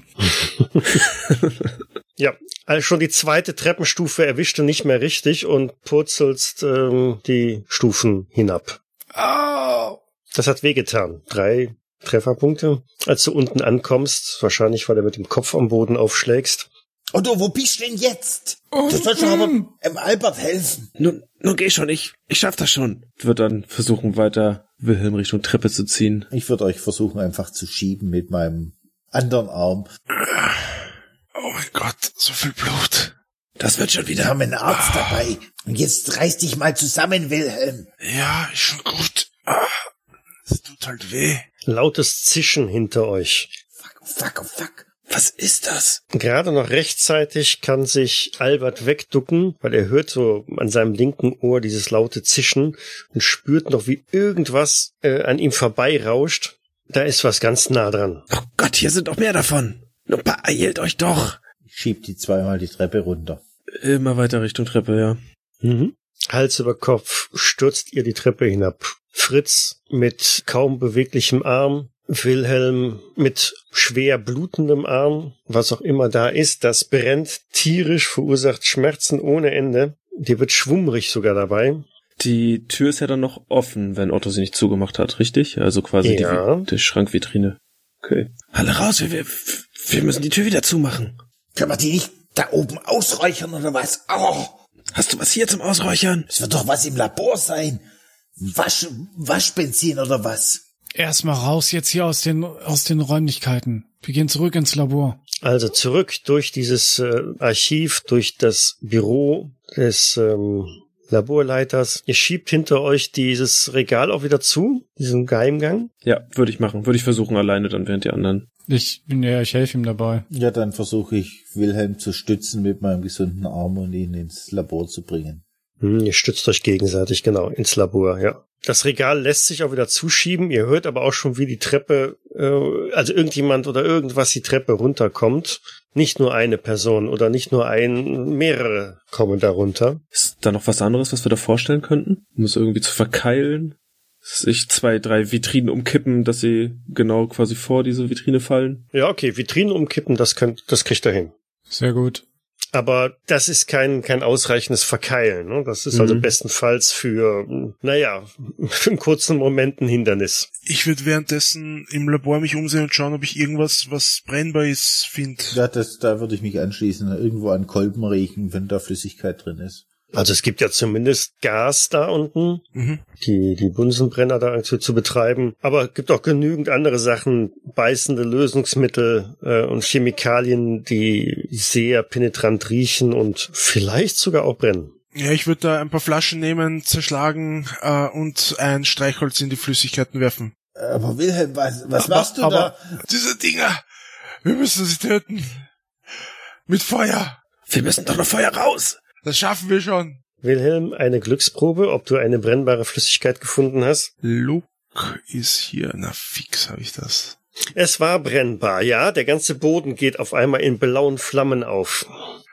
Ja, also schon die 2. Treppenstufe erwischte nicht mehr richtig und purzelst die Stufen hinab. Au! Das hat wehgetan. 3 Trefferpunkte. Als du unten ankommst, wahrscheinlich weil du mit dem Kopf am Boden aufschlägst. Otto, wo bist du denn jetzt? Du sollst doch aber dem Albert helfen. Nun geh schon, ich schaff das schon. Wird dann versuchen, weiter Wilhelm Richtung Treppe zu ziehen. Ich würde euch versuchen, einfach zu schieben mit meinem anderen Arm. Oh mein Gott, so viel Blut. Das wird schon Wir wieder. haben einen Arzt dabei. Und jetzt reiß dich mal zusammen, Wilhelm. Ja, ist schon gut. Es tut halt weh. Lautes Zischen hinter euch. Fuck. Was ist das? Gerade noch rechtzeitig kann sich Albert wegducken, weil er hört so an seinem linken Ohr dieses laute Zischen und spürt noch, wie irgendwas an ihm vorbeirauscht. Da ist was ganz nah dran. Oh Gott, hier sind noch mehr davon. Nun beeilt euch doch. Ich schieb die zweimal die Treppe runter. Immer weiter Richtung Treppe, ja. Mhm. Hals über Kopf stürzt ihr die Treppe hinab. Fritz mit kaum beweglichem Arm, Wilhelm mit schwer blutendem Arm, was auch immer da ist, das brennt tierisch, verursacht Schmerzen ohne Ende. Dir wird schwummrig sogar dabei. Die Tür ist ja dann noch offen, wenn Otto sie nicht zugemacht hat, richtig? Also quasi die Schrankvitrine. Okay. Alle raus, wir müssen die Tür wieder zumachen. Können wir die nicht da oben ausräuchern oder was? Hast du was hier zum Ausräuchern? Es wird doch was im Labor sein. Waschbenzin oder was? Erstmal raus jetzt hier aus den Räumlichkeiten. Wir gehen zurück ins Labor. Also zurück durch dieses Archiv, durch das Büro des Laborleiters. Ihr schiebt hinter euch dieses Regal auch wieder zu, diesen Geheimgang. Ja, würde ich machen. Würde ich versuchen, alleine dann während die anderen. Ich helfe ihm dabei. Ja, dann versuche ich, Wilhelm zu stützen mit meinem gesunden Arm und ihn ins Labor zu bringen. Ihr stützt euch gegenseitig, genau, ins Labor, ja. Das Regal lässt sich auch wieder zuschieben. Ihr hört aber auch schon, wie die Treppe, also irgendjemand oder irgendwas die Treppe runterkommt. Nicht nur eine Person oder nicht nur mehrere kommen da runter. Ist da noch was anderes, was wir da vorstellen könnten? Um es irgendwie zu verkeilen? Sich 2, 3 Vitrinen umkippen, dass sie genau quasi vor diese Vitrine fallen? Ja, okay, Vitrinen umkippen, das kriegt er hin. Sehr gut. Aber das ist kein ausreichendes Verkeilen. Ne? Das ist also bestenfalls für einen kurzen Moment ein Hindernis. Ich würde währenddessen im Labor mich umsehen und schauen, ob ich irgendwas, was brennbar ist, finde. Ja, da würde ich mich anschließen. Irgendwo an Kolben riechen, wenn da Flüssigkeit drin ist. Also es gibt ja zumindest Gas da unten, die Bunsenbrenner da zu betreiben. Aber es gibt auch genügend andere Sachen, beißende Lösungsmittel und Chemikalien, die sehr penetrant riechen und vielleicht sogar auch brennen. Ja, ich würde da ein paar Flaschen nehmen, zerschlagen und ein Streichholz in die Flüssigkeiten werfen. Aber Wilhelm, was machst du da? Diese Dinger, wir müssen sie töten. Mit Feuer. Wir müssen doch noch Feuer raus. Das schaffen wir schon. Wilhelm, eine Glücksprobe, ob du eine brennbare Flüssigkeit gefunden hast. Luke ist hier. Na fix habe ich das. Es war brennbar, ja. Der ganze Boden geht auf einmal in blauen Flammen auf.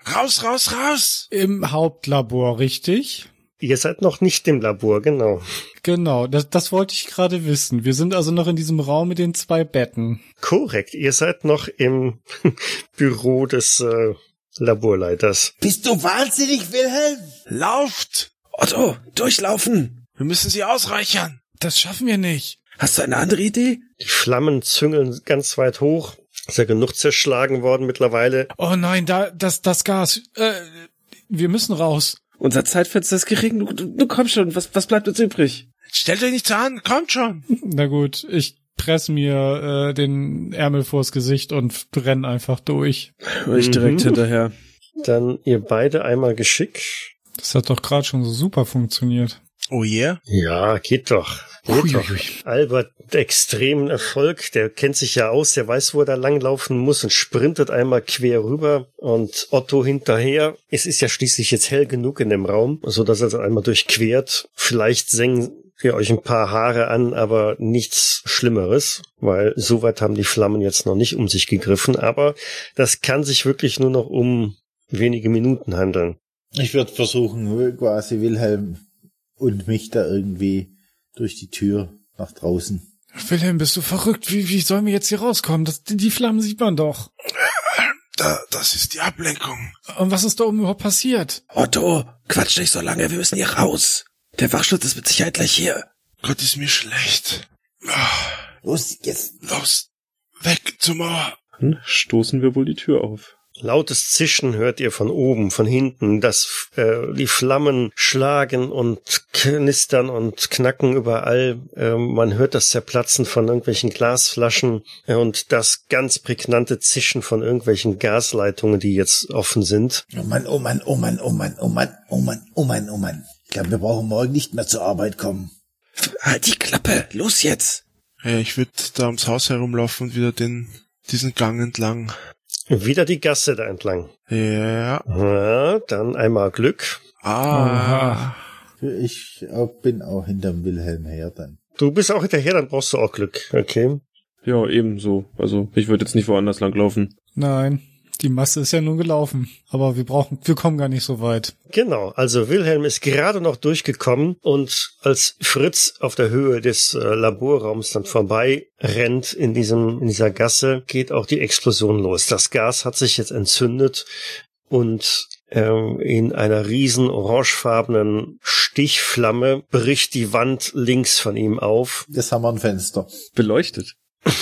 Raus, raus, raus! Im Hauptlabor, richtig? Ihr seid noch nicht im Labor, genau. Genau, das wollte ich gerade wissen. Wir sind also noch in diesem Raum mit den 2 Betten. Korrekt, ihr seid noch im Büro des Laborleiters. Bist du wahnsinnig, Wilhelm? Lauft! Otto, durchlaufen! Wir müssen sie ausreichern. Das schaffen wir nicht. Hast du eine andere Idee? Die Flammen züngeln ganz weit hoch. Ist ja genug zerschlagen worden mittlerweile. Oh nein, das Gas. Wir müssen raus. Unser Zeitfenster ist gering. Du komm schon. Was bleibt uns übrig? Stellt euch nichts an, kommt schon. Na gut, ich presse mir den Ärmel vors Gesicht und renn einfach durch. Ich direkt hinterher. Dann ihr beide einmal Geschick. Das hat doch gerade schon so super funktioniert. Oh yeah? Ja, geht doch. Albert, extremen Erfolg, der kennt sich ja aus, der weiß, wo er da langlaufen muss und sprintet einmal quer rüber und Otto hinterher. Es ist ja schließlich jetzt hell genug in dem Raum, so dass er dann einmal durchquert. Vielleicht senken wir euch ein paar Haare an, aber nichts Schlimmeres, weil so weit haben die Flammen jetzt noch nicht um sich gegriffen, aber das kann sich wirklich nur noch um wenige Minuten handeln. Ich würde versuchen, quasi Wilhelm und mich da irgendwie durch die Tür nach draußen. Wilhelm, bist du verrückt? Wie sollen wir jetzt hier rauskommen? Die Flammen sieht man doch. Das ist die Ablenkung. Und was ist da oben überhaupt passiert? Otto, quatsch nicht so lange. Wir müssen hier raus. Der Wachschutz ist mit Sicherheit gleich hier. Gott, ist mir schlecht. Los, jetzt. Los, weg zur Mauer. Dann stoßen wir wohl die Tür auf. Lautes Zischen hört ihr von oben, von hinten, dass die Flammen schlagen und knistern und knacken überall. Man hört das Zerplatzen von irgendwelchen Glasflaschen und das ganz prägnante Zischen von irgendwelchen Gasleitungen, die jetzt offen sind. Oh Mann, oh Mann, oh Mann, oh Mann, oh Mann, oh Mann, oh Mann, oh Mann. Ich glaube, wir brauchen morgen nicht mehr zur Arbeit kommen. Halt die Klappe. Los jetzt. Ja, ich würde da ums Haus herumlaufen und wieder diesen Gang entlang. Wieder die Gasse da entlang. Ja. Ja, dann einmal Glück. Ich bin auch hinterm Wilhelm her dann. Du bist auch hinterher, dann brauchst du auch Glück. Okay. Ja, ebenso. Also, ich würde jetzt nicht woanders langlaufen. Nein, die Masse ist ja nun gelaufen. Aber wir kommen gar nicht so weit. Genau, also Wilhelm ist gerade noch durchgekommen und als Fritz auf der Höhe des Laborraums dann vorbei rennt in dieser Gasse, geht auch die Explosion los. Das Gas hat sich jetzt entzündet und in einer riesen orangefarbenen Stichflamme bricht die Wand links von ihm auf. Das haben wir ein Fenster. Beleuchtet.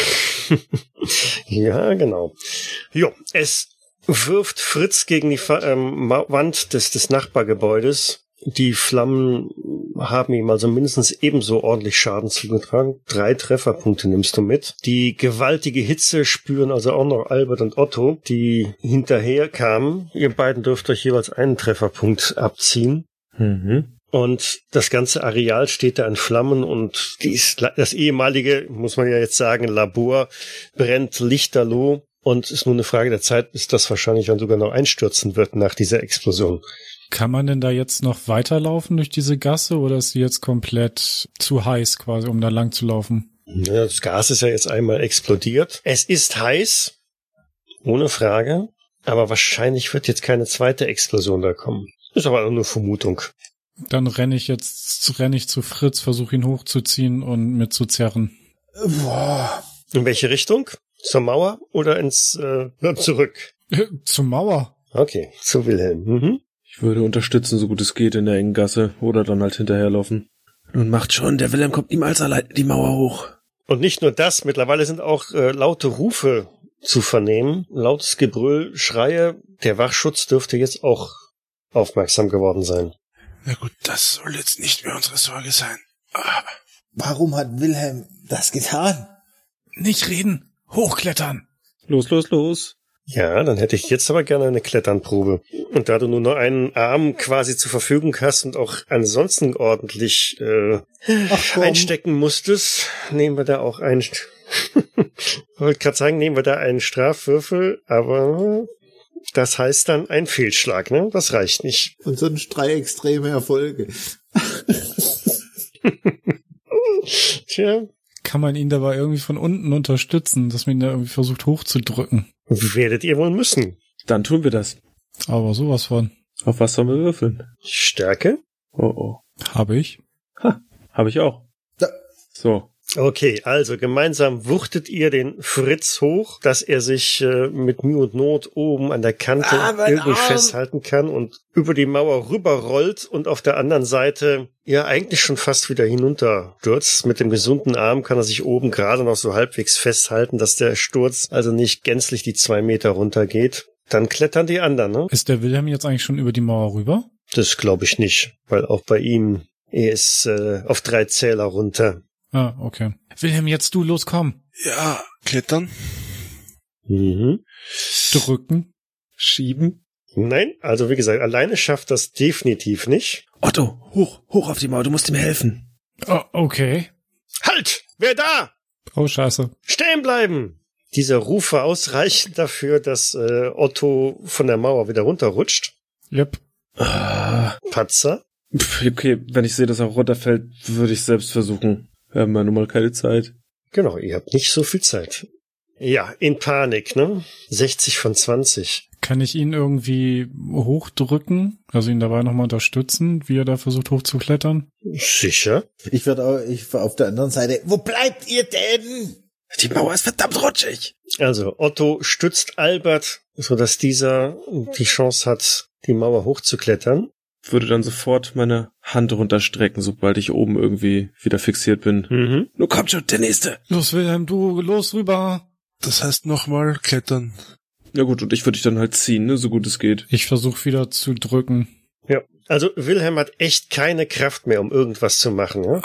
Ja, genau. Jo, es wirft Fritz gegen die Wand des Nachbargebäudes. Die Flammen haben ihm also mindestens ebenso ordentlich Schaden zugetragen. 3 Trefferpunkte nimmst du mit. Die gewaltige Hitze spüren also auch noch Albert und Otto, die hinterher kamen. Ihr beiden dürft euch jeweils einen Trefferpunkt abziehen. Mhm. Und das ganze Areal steht da in Flammen und das ehemalige, muss man ja jetzt sagen, Labor brennt lichterloh und ist nur eine Frage der Zeit, bis das wahrscheinlich dann sogar noch einstürzen wird nach dieser Explosion. Kann man denn da jetzt noch weiterlaufen durch diese Gasse oder ist sie jetzt komplett zu heiß quasi, um da lang zu laufen? Ja, das Gas ist ja jetzt einmal explodiert. Es ist heiß, ohne Frage, aber wahrscheinlich wird jetzt keine zweite Explosion da kommen. Ist aber nur Vermutung. Dann renne ich zu Fritz, versuche ihn hochzuziehen und mitzuzerren. Boah. In welche Richtung? Zur Mauer oder zurück? Zur Mauer. Okay, zu Wilhelm. Mhm. Ich würde unterstützen, so gut es geht, in der engen Gasse oder dann halt hinterherlaufen. Nun macht schon, der Wilhelm kommt niemals allein die Mauer hoch. Und nicht nur das, mittlerweile sind auch laute Rufe zu vernehmen, lautes Gebrüll, Schreie. Der Wachschutz dürfte jetzt auch aufmerksam geworden sein. Na gut, das soll jetzt nicht mehr unsere Sorge sein. Warum hat Wilhelm das getan? Nicht reden, hochklettern. Los. Ja, dann hätte ich jetzt aber gerne eine Kletternprobe. Und da du nur noch einen Arm quasi zur Verfügung hast und auch ansonsten ordentlich einstecken musstest, nehmen wir da auch einen... wollte gerade sagen, nehmen wir da einen Strafwürfel, aber das heißt dann ein Fehlschlag, ne? Das reicht nicht. Und sonst 3 extreme Erfolge. Tja. Kann man ihn dabei irgendwie von unten unterstützen, dass man ihn da irgendwie versucht hochzudrücken? Werdet ihr wohl müssen. Dann tun wir das. Aber sowas von. Auf was sollen wir würfeln? Stärke? Oh. Habe ich. Habe ich auch. Ja. So. Okay, also gemeinsam wuchtet ihr den Fritz hoch, dass er sich mit Mühe und Not oben an der Kante irgendwie festhalten kann und über die Mauer rüberrollt und auf der anderen Seite ja eigentlich schon fast wieder hinunterstürzt. Mit dem gesunden Arm kann er sich oben gerade noch so halbwegs festhalten, dass der Sturz also nicht gänzlich die 2 Meter runtergeht. Dann klettern die anderen, ne? Ist der Wilhelm jetzt eigentlich schon über die Mauer rüber? Das glaube ich nicht, weil auch bei ihm, er ist auf 3 Zähler runter. Ah, okay. Wilhelm, jetzt du, los, komm. Ja, klettern. Drücken. Schieben. Nein, also wie gesagt, alleine schafft das definitiv nicht. Otto, hoch auf die Mauer, du musst ihm helfen. Oh, okay. Halt! Wer da? Oh, scheiße. Stehen bleiben! Dieser Ruf war ausreichend dafür, dass Otto von der Mauer wieder runterrutscht. Yep. Patzer. Okay, wenn ich sehe, dass er runterfällt, würde ich selbst versuchen. Wir haben ja nun mal keine Zeit. Genau, ihr habt nicht so viel Zeit. Ja, in Panik, ne? 60 von 20. Kann ich ihn irgendwie hochdrücken? Also ihn dabei nochmal unterstützen, wie er da versucht hochzuklettern? Sicher. Ich war auf der anderen Seite. Wo bleibt ihr denn? Die Mauer ist verdammt rutschig. Also Otto stützt Albert, sodass dieser die Chance hat, die Mauer hochzuklettern. Würde dann sofort meine Hand runterstrecken, sobald ich oben irgendwie wieder fixiert bin. Nun kommt schon, der Nächste. Los, Wilhelm, du, los rüber. Das heißt nochmal klettern. Ja gut, und ich würde dich dann halt ziehen, ne, so gut es geht. Ich versuche wieder zu drücken. Ja, also Wilhelm hat echt keine Kraft mehr, um irgendwas zu machen. Ne?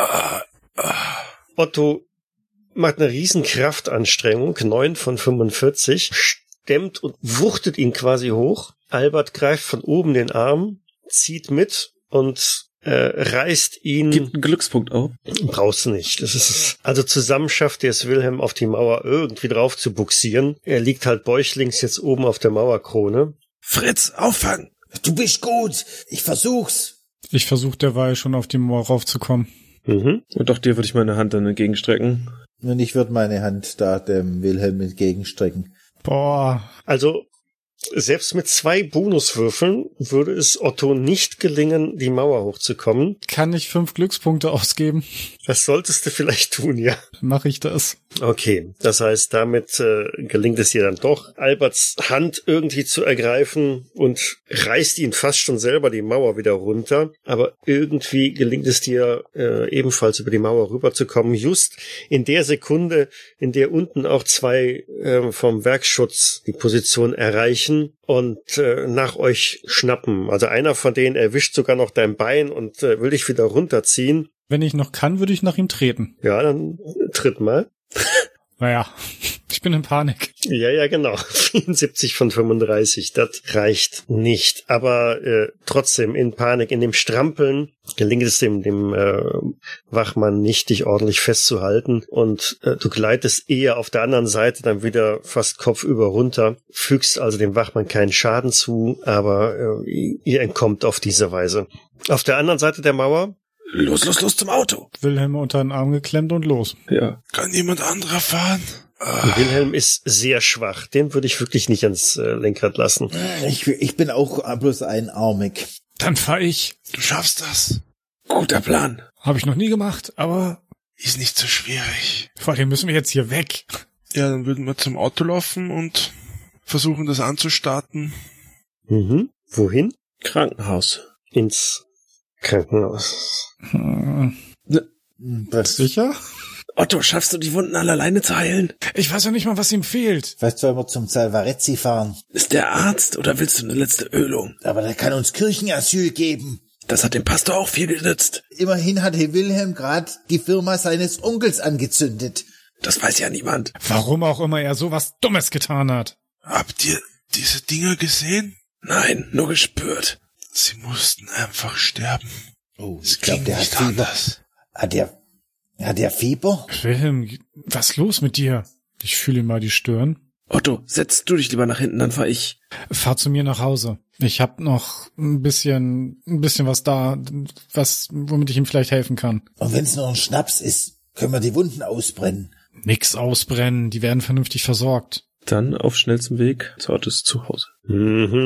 Otto macht eine riesen Kraftanstrengung, 9 von 45, stemmt und wuchtet ihn quasi hoch. Albert greift von oben den Arm, zieht mit und reißt ihn. Gibt einen Glückspunkt auf. Brauchst du nicht. Das ist, also zusammen schafft er es Wilhelm auf die Mauer irgendwie drauf zu buxieren. Er liegt halt bäuchlings jetzt oben auf der Mauerkrone. Fritz, auffangen! Du bist gut. Ich versuch's. Ich versuche derweil schon auf die Mauer raufzukommen. Und auch dir würde ich meine Hand dann entgegenstrecken. Und ich würde meine Hand da dem Wilhelm entgegenstrecken. Boah. Also selbst mit 2 Bonuswürfeln würde es Otto nicht gelingen, die Mauer hochzukommen. Kann ich 5 Glückspunkte ausgeben? Das solltest du vielleicht tun, ja. Mache ich das. Okay, das heißt, damit gelingt es dir dann doch, Alberts Hand irgendwie zu ergreifen und reißt ihn fast schon selber die Mauer wieder runter. Aber irgendwie gelingt es dir ebenfalls über die Mauer rüberzukommen, just in der Sekunde, in der unten auch 2 vom Werkschutz die Position erreichen und nach euch schnappen. Also einer von denen erwischt sogar noch dein Bein und will dich wieder runterziehen. Wenn ich noch kann, würde ich nach ihm treten. Ja, dann tritt mal. Naja, ich bin in Panik. Ja, genau. 74 von 35, das reicht nicht. Aber trotzdem in Panik, in dem Strampeln gelingt es dem Wachmann nicht, dich ordentlich festzuhalten. Und du gleitest eher auf der anderen Seite dann wieder fast kopfüber runter, fügst also dem Wachmann keinen Schaden zu, aber ihr entkommt auf diese Weise. Auf der anderen Seite der Mauer. Los zum Auto. Wilhelm unter den Arm geklemmt und los. Ja. Kann jemand anderer fahren? Wilhelm ist sehr schwach. Den würde ich wirklich nicht ans Lenkrad lassen. Ich bin auch bloß einarmig. Dann fahr ich. Du schaffst das. Guter Plan. Habe ich noch nie gemacht, aber Ist nicht so schwierig. vor allem müssen wir jetzt hier weg. Ja, dann würden wir zum Auto laufen und versuchen, das anzustarten. Wohin? Krankenhaus. Ins Krankenhaus. Sicher? Otto, schaffst du die Wunden alle alleine zu heilen? Ich weiß ja nicht mal, was ihm fehlt. Vielleicht sollen wir zum Salvarezzi fahren. Ist der Arzt oder willst du eine letzte Ölung? Aber der kann uns Kirchenasyl geben. Das hat dem Pastor auch viel genützt. Immerhin hat Herr Wilhelm gerade die Firma seines Onkels angezündet. Das weiß ja niemand. Warum auch immer er sowas Dummes getan hat. Habt ihr diese Dinger gesehen? Nein, nur gespürt. Sie mussten einfach sterben. Oh, Es ich glaube, ging der hat nicht Fieber. anders. Hat der Fieber? Wilhelm, was ist los mit dir? Ich fühle ihm mal die Stirn. Otto, setz du dich lieber nach hinten, dann fahr ich. Fahr zu mir nach Hause. Ich hab noch ein bisschen was da, womit ich ihm vielleicht helfen kann. Und wenn's nur ein Schnaps ist, können wir die Wunden ausbrennen. Nix ausbrennen, die werden vernünftig versorgt. Dann auf schnellstem Weg zu Ottos Zuhause.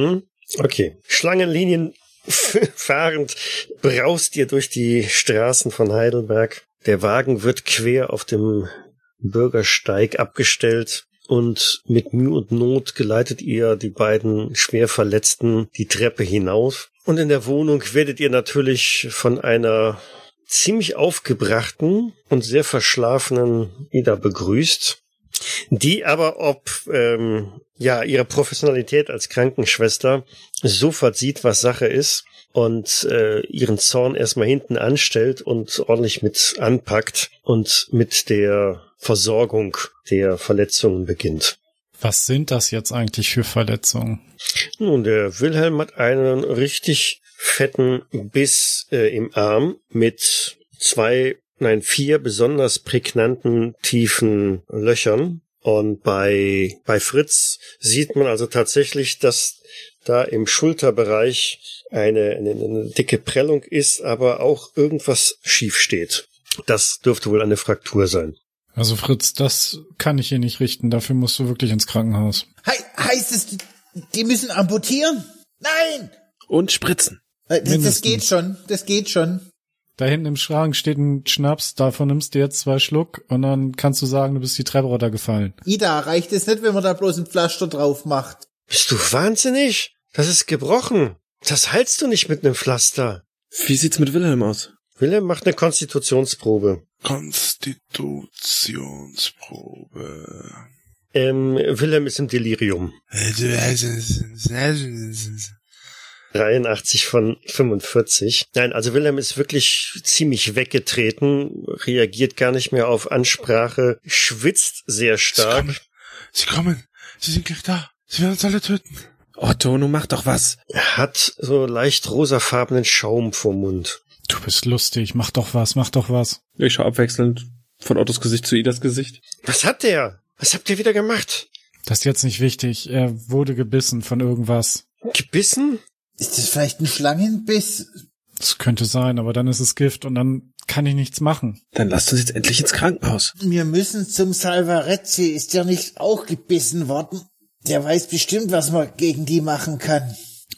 Okay. Schlangenlinien fahrend braust ihr durch die Straßen von Heidelberg. Der Wagen wird quer auf dem Bürgersteig abgestellt und mit Mühe und Not geleitet ihr die beiden Schwerverletzten die Treppe hinauf. Und in der Wohnung werdet ihr natürlich von einer ziemlich aufgebrachten und sehr verschlafenen Ida begrüßt, die aber ob ihre Professionalität als Krankenschwester sofort sieht, was Sache ist und ihren Zorn erstmal hinten anstellt und ordentlich mit anpackt und mit der Versorgung der Verletzungen beginnt. Was sind das jetzt eigentlich für Verletzungen? Nun, der Wilhelm hat einen richtig fetten Biss im Arm mit 4 besonders prägnanten, tiefen Löchern. Und bei Fritz sieht man also tatsächlich, dass da im Schulterbereich eine dicke Prellung ist, aber auch irgendwas schief steht. Das dürfte wohl eine Fraktur sein. Also Fritz, das kann ich hier nicht richten. Dafür musst du wirklich ins Krankenhaus. Heißt es, die müssen amputieren? Nein! Und spritzen. Das geht schon. Da hinten im Schrank steht ein Schnaps, davon nimmst du jetzt 2 Schluck und dann kannst du sagen, du bist die Treppe runtergefallen. Ida, reicht es nicht, wenn man da bloß ein Pflaster drauf macht? Bist du wahnsinnig? Das ist gebrochen. Das heilst du nicht mit einem Pflaster. Wie sieht's mit Wilhelm aus? Wilhelm macht eine Konstitutionsprobe. Wilhelm ist im Delirium. 83 von 45. Nein, also Wilhelm ist wirklich ziemlich weggetreten, reagiert gar nicht mehr auf Ansprache, schwitzt sehr stark. Sie kommen. Sie sind gleich da. Sie werden uns alle töten. Otto, nun mach doch was. Er hat so leicht rosafarbenen Schaum vorm Mund. Du bist lustig, mach doch was. Ich schaue abwechselnd von Ottos Gesicht zu Idas Gesicht. Was hat der? Was habt ihr wieder gemacht? Das ist jetzt nicht wichtig. Er wurde gebissen von irgendwas. Gebissen? Ist das vielleicht ein Schlangenbiss? Das könnte sein, aber dann ist es Gift und dann kann ich nichts machen. Dann lasst uns jetzt endlich ins Krankenhaus. Wir müssen zum Salvarezzi. Ist der nicht auch gebissen worden? Der weiß bestimmt, was man gegen die machen kann.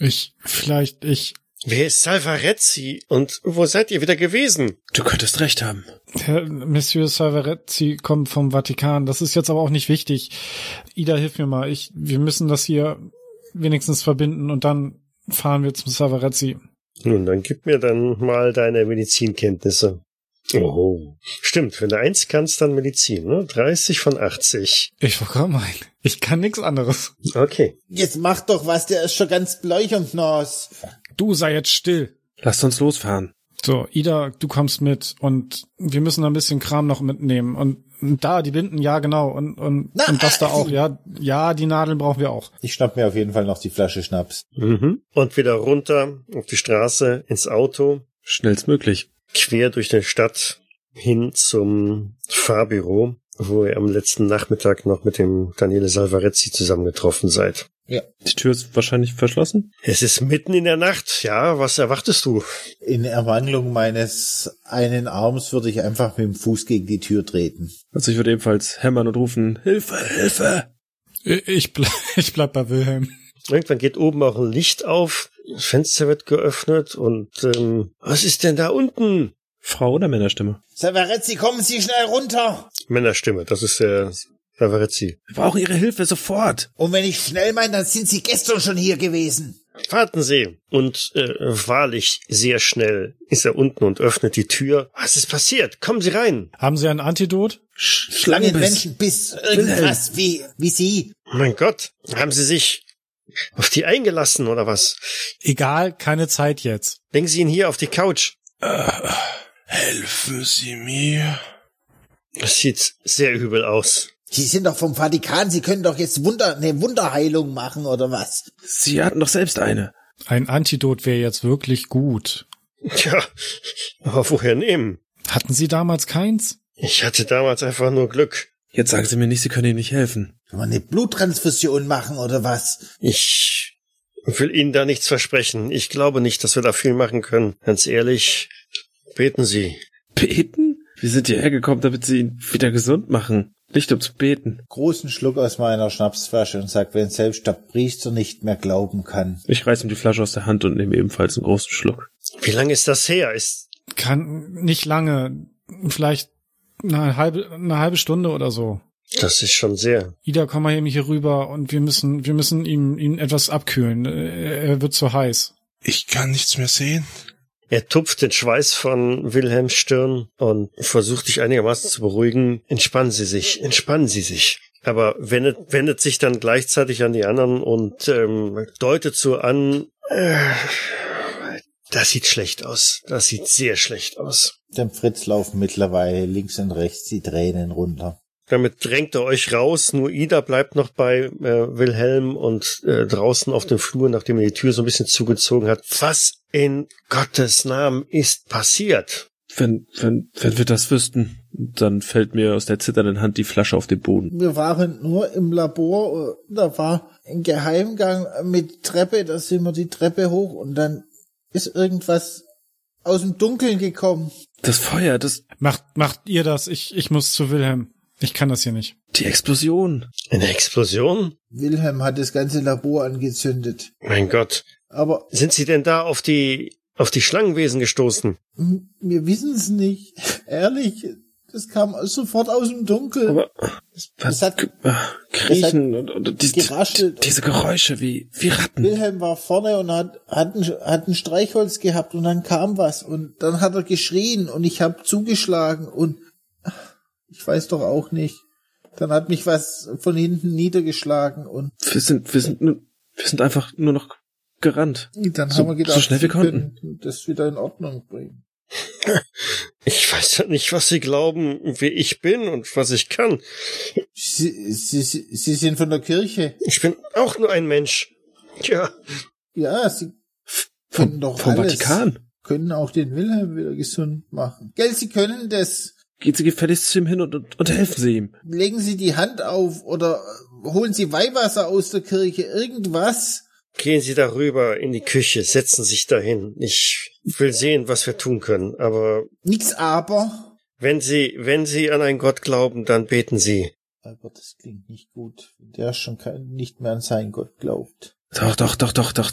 Wer ist Salvarezzi und wo seid ihr wieder gewesen? Du könntest recht haben. Herr Monsieur Salvarezzi kommt vom Vatikan. Das ist jetzt aber auch nicht wichtig. Ida, hilf mir mal. Wir müssen das hier wenigstens verbinden und dann fahren wir zum Salvarezzi. Nun, dann gib mir dann mal deine Medizinkenntnisse. Oh, stimmt. Wenn du 1 kannst, dann Medizin, ne? 30 von 80. Ich kann nix anderes. Okay. Jetzt mach doch was, der ist schon ganz bleich und nass. Du sei jetzt still. Lasst uns losfahren. So, Ida, du kommst mit und wir müssen ein bisschen Kram noch mitnehmen und da, die Binden, ja genau und das da auch, ja, die Nadeln brauchen wir auch. Ich schnapp mir auf jeden Fall noch die Flasche Schnaps. Mhm. Und wieder runter auf die Straße, ins Auto. Schnellstmöglich. Quer durch die Stadt hin zum Fahrbüro, wo ihr am letzten Nachmittag noch mit dem Daniele Salvarezzi zusammengetroffen seid. Ja. Die Tür ist wahrscheinlich verschlossen? Es ist mitten in der Nacht. Ja, was erwartest du? In Ermangelung meines einen Arms würde ich einfach mit dem Fuß gegen die Tür treten. Also ich würde ebenfalls hämmern und rufen, Hilfe, Hilfe! Ich bleib bei Wilhelm. Irgendwann geht oben auch ein Licht auf, das Fenster wird geöffnet und was ist denn da unten? Frau- oder Männerstimme? Salvarezzi, kommen Sie schnell runter. Männerstimme, das ist der Salvarezzi. Wir brauchen Ihre Hilfe sofort! Und wenn ich schnell meine, dann sind Sie gestern schon hier gewesen. Warten Sie. Und wahrlich, sehr schnell ist er unten und öffnet die Tür. Was ist passiert? Kommen Sie rein. Haben Sie ein Antidot? Schlangenmenschenbiss, irgendwas wie Sie. Mein Gott, haben Sie sich auf die eingelassen, oder was? Egal, keine Zeit jetzt. Legen Sie ihn hier auf die Couch. Helfen Sie mir. Das sieht sehr übel aus. Sie sind doch vom Vatikan, Sie können doch jetzt eine Wunderheilung machen, oder was? Sie hatten doch selbst eine. Ein Antidot wäre jetzt wirklich gut. Tja, aber woher nehmen? Hatten Sie damals keins? Ich hatte damals einfach nur Glück. Jetzt sagen Sie mir nicht, Sie können Ihnen nicht helfen. Kann man eine Bluttransfusion machen, oder was? Ich will Ihnen da nichts versprechen. Ich glaube nicht, dass wir da viel machen können. Ganz ehrlich, beten Sie. Beten? Wir sind hierher gekommen, damit Sie ihn wieder gesund machen. Nicht um zu beten. Großen Schluck aus meiner Schnapsflasche und sag, wenn selbst der Priester nicht mehr glauben kann. Ich reiß ihm die Flasche aus der Hand und nehme ebenfalls einen großen Schluck. Wie lange ist das her? Kann nicht lange. Vielleicht eine halbe Stunde oder so. Das ist schon sehr. Ida, komm mal eben hier rüber und wir müssen ihn etwas abkühlen. Er wird zu heiß. Ich kann nichts mehr sehen. Er tupft den Schweiß von Wilhelms Stirn und versucht dich einigermaßen zu beruhigen. Entspannen Sie sich. Aber wendet sich dann gleichzeitig an die anderen und deutet so an, das sieht schlecht aus. Das sieht sehr schlecht aus. Dem Fritz laufen mittlerweile links und rechts die Tränen runter. Damit drängt er euch raus. Nur Ida bleibt noch bei Wilhelm und draußen auf dem Flur, nachdem er die Tür so ein bisschen zugezogen hat. Was in Gottes Namen ist passiert? Wenn wir das wüssten, dann fällt mir aus der zitternden Hand die Flasche auf den Boden. Wir waren nur im Labor, da war ein Geheimgang mit Treppe, da sind wir die Treppe hoch und dann ist irgendwas aus dem Dunkeln gekommen. Das Feuer, das... Macht ihr das? Ich muss zu Wilhelm. Ich kann das hier nicht. Die Explosion. Eine Explosion? Wilhelm hat das ganze Labor angezündet. Mein Gott. Aber... Sind Sie denn da auf die Schlangenwesen gestoßen? Wir wissen es nicht. Ehrlich, das kam sofort aus dem Dunkeln. Aber es hat Kriechen und geraschelt. Diese Geräusche wie Ratten. Wilhelm war vorne und hat ein Streichholz gehabt und dann kam was und dann hat er geschrien und ich habe zugeschlagen und ich weiß doch auch nicht. Dann hat mich was von hinten niedergeschlagen und wir sind einfach nur noch gerannt. Dann haben wir gedacht, so schnell wir konnten das wieder in Ordnung bringen. Ich weiß ja nicht, was Sie glauben, wer ich bin und was ich kann. Sie sind von der Kirche. Ich bin auch nur ein Mensch. Tja. Ja, Sie können doch vom alles. Vatikan. Können auch den Wilhelm wieder gesund machen. Gell, Sie können das. Gehen Sie gefälligst zu ihm hin und helfen Sie ihm. Legen Sie die Hand auf oder holen Sie Weihwasser aus der Kirche, irgendwas. Gehen Sie darüber in die Küche, setzen sich dahin. Ich will sehen, was wir tun können, aber... Nix aber. Wenn Sie an einen Gott glauben, dann beten Sie. Aber das klingt nicht gut, wenn der schon nicht mehr an seinen Gott glaubt. Doch.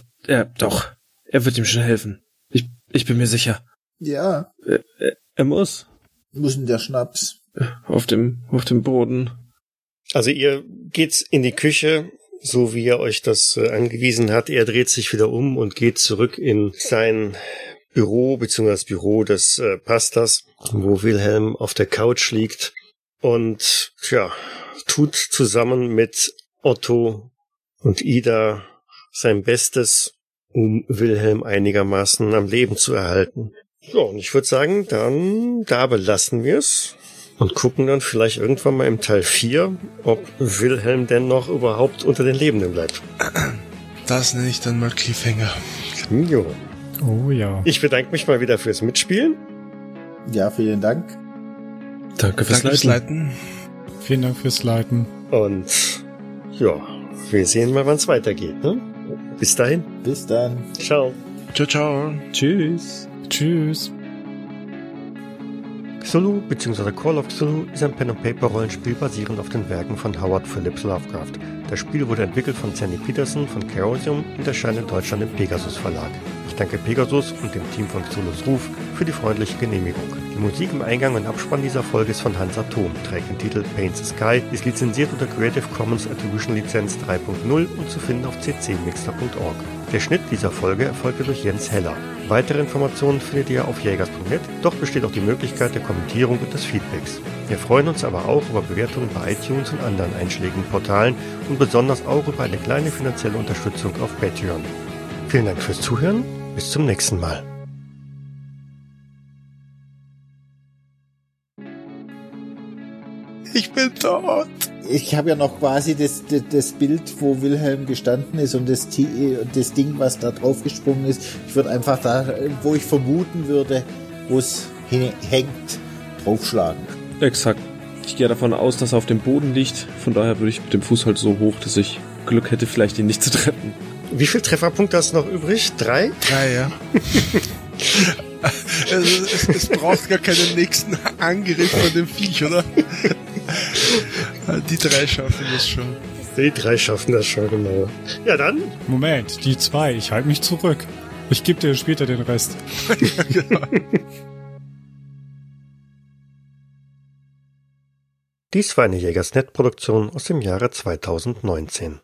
Er wird ihm schon helfen. Ich bin mir sicher. Ja. Er muss. Muss denn der Schnaps? Auf dem Boden. Also ihr geht in die Küche, so wie er euch das angewiesen hat. Er dreht sich wieder um und geht zurück in sein Büro, beziehungsweise das Büro des Pastors, wo Wilhelm auf der Couch liegt und tut zusammen mit Otto und Ida sein Bestes, um Wilhelm einigermaßen am Leben zu erhalten. Ja, und ich würde sagen, dann da belassen wir es. Und gucken dann vielleicht irgendwann mal im Teil 4, ob Wilhelm denn noch überhaupt unter den Lebenden bleibt. Das nenne ich dann mal Cliffhanger. Jo. Oh ja. Ich bedanke mich mal wieder fürs Mitspielen. Ja, vielen Dank. Danke fürs Leiten. Vielen Dank fürs Leiten. Und ja, wir sehen mal, wann es weitergeht. Ne? Bis dahin. Bis dann. Ciao. Ciao. Tschüss. Tschüss. Cthulhu bzw. Call of Cthulhu ist ein Pen-and-Paper-Rollenspiel basierend auf den Werken von Howard Phillips Lovecraft. Das Spiel wurde entwickelt von Sandy Peterson von Chaosium und erscheint in Deutschland im Pegasus Verlag. Ich danke Pegasus und dem Team von Cthulhus Ruf für die freundliche Genehmigung. Die Musik im Eingang und Abspann dieser Folge ist von Hans Atom, trägt den Titel Paint the Sky, ist lizenziert unter Creative Commons Attribution Lizenz 3.0 und zu finden auf ccmixter.org. Der Schnitt dieser Folge erfolgte durch Jens Heller. Weitere Informationen findet ihr auf jägers.net, doch besteht auch die Möglichkeit der Kommentierung und des Feedbacks. Wir freuen uns aber auch über Bewertungen bei iTunes und anderen einschlägigen Portalen und besonders auch über eine kleine finanzielle Unterstützung auf Patreon. Vielen Dank fürs Zuhören, bis zum nächsten Mal. Ich bin tot. Ich habe ja noch quasi das Bild, wo Wilhelm gestanden ist und das Ding, was da drauf gesprungen ist. Ich würde einfach da, wo ich vermuten würde, wo es hängt, draufschlagen. Exakt. Ich gehe davon aus, dass er auf dem Boden liegt. Von daher würde ich mit dem Fuß halt so hoch, dass ich Glück hätte, vielleicht ihn nicht zu treffen. Wie viel Trefferpunkte hast du noch übrig? 3? 3, ja. Es braucht gar keinen nächsten Angriff von dem Viech, oder? Die 3 schaffen das schon. Die 3 schaffen das schon, genau. Ja, dann. Moment, die 2, ich halte mich zurück. Ich gebe dir später den Rest. Ja, genau. Dies war eine Jägersnet-Produktion aus dem Jahre 2019.